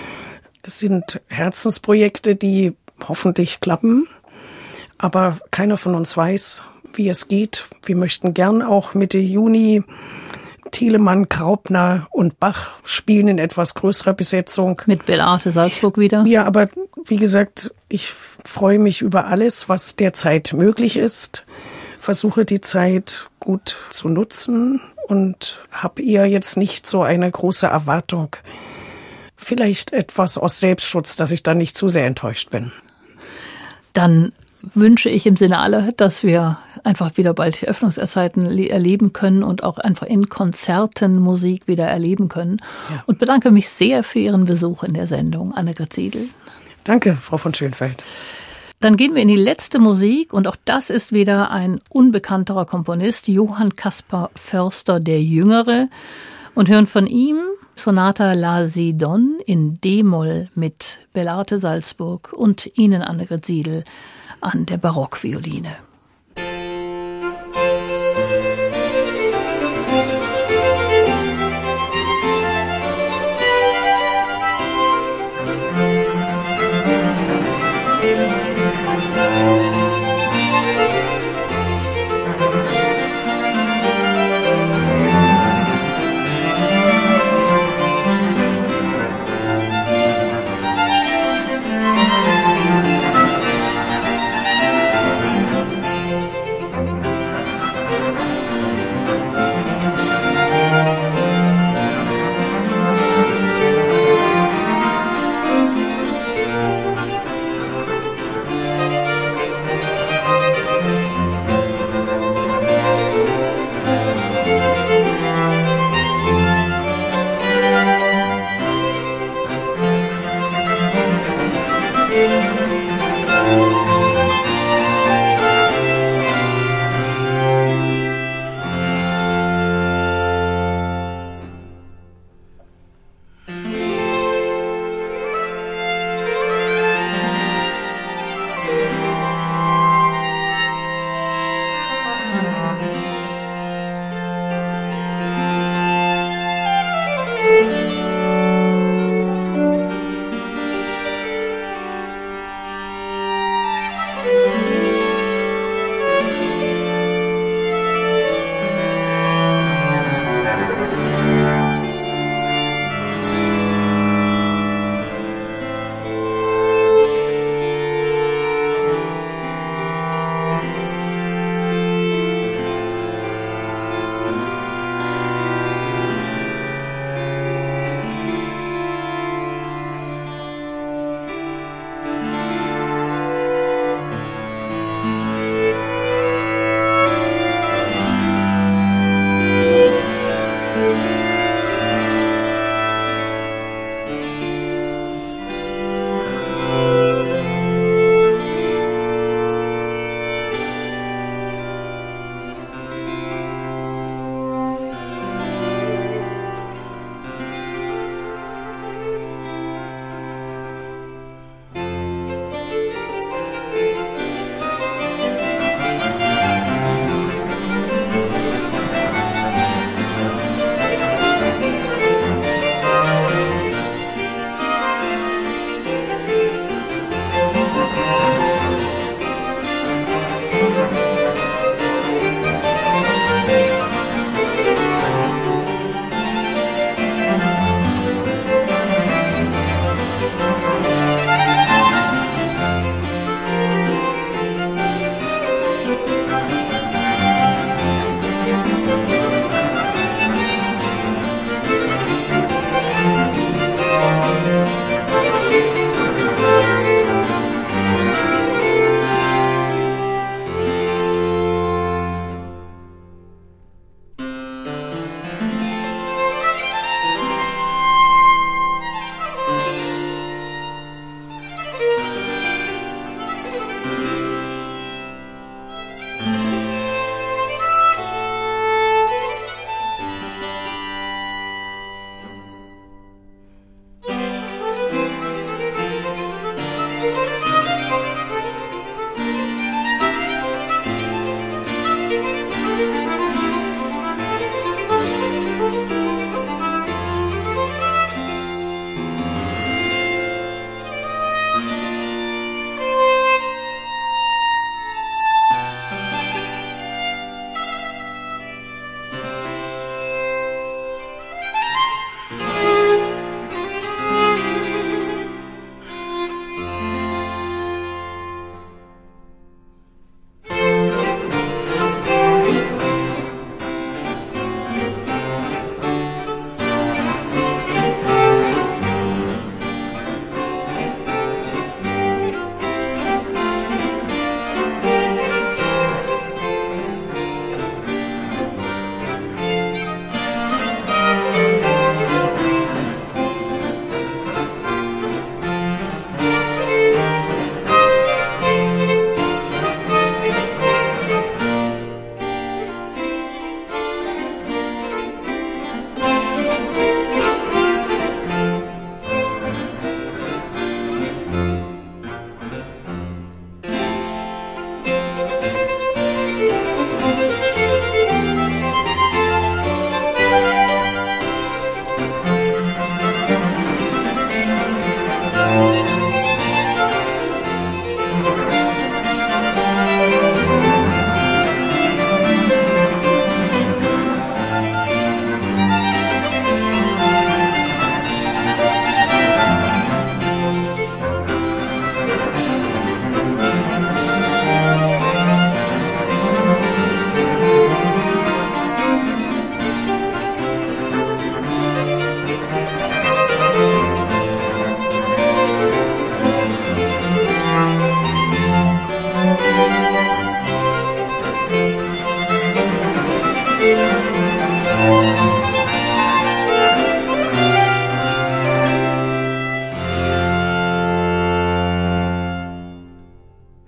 S3: Es sind Herzensprojekte, die hoffentlich klappen. Aber keiner von uns weiß, wie es geht. Wir möchten gern auch Mitte Juni Thielemann, Graupner und Bach spielen in etwas größerer Besetzung.
S2: Mit Beate Salzburg wieder?
S3: Ja, aber wie gesagt, ich freue mich über alles, was derzeit möglich ist, versuche die Zeit gut zu nutzen und habe eher jetzt nicht so eine große Erwartung. Vielleicht etwas aus Selbstschutz, dass ich dann nicht zu sehr enttäuscht bin.
S2: Dann wünsche ich im Sinne aller, dass wir einfach wieder bald die Öffnungszeiten erleben können und auch einfach in Konzerten Musik wieder erleben können. Ja. Und bedanke mich sehr für Ihren Besuch in der Sendung, Annegret Siedel.
S3: Danke, Frau von Schönfeld.
S2: Dann gehen wir in die letzte Musik und auch das ist wieder ein unbekannterer Komponist, Johann Caspar Förster der Jüngere, und hören von ihm Sonata La Si Donne in D-Moll mit Beate Salzburg und Ihnen, Annegret Siedel, an der Barockvioline.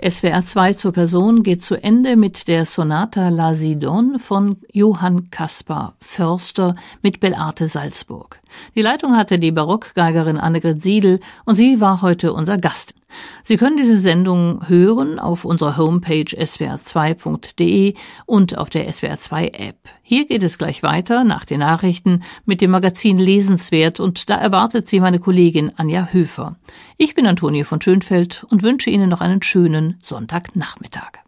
S2: S W R zwei zur Person geht zu Ende mit der Sonata La Sidon von Johann Caspar Förster mit Bellarte Salzburg. Die Leitung hatte die Barockgeigerin Annegret Siedel und sie war heute unser Gast. Sie können diese Sendung hören auf unserer Homepage s w r zwei punkt d e und auf der S W R zwei App. Hier geht es gleich weiter nach den Nachrichten mit dem Magazin Lesenswert und da erwartet Sie meine Kollegin Anja Höfer. Ich bin Antonie von Schönfeld und wünsche Ihnen noch einen schönen Sonntagnachmittag.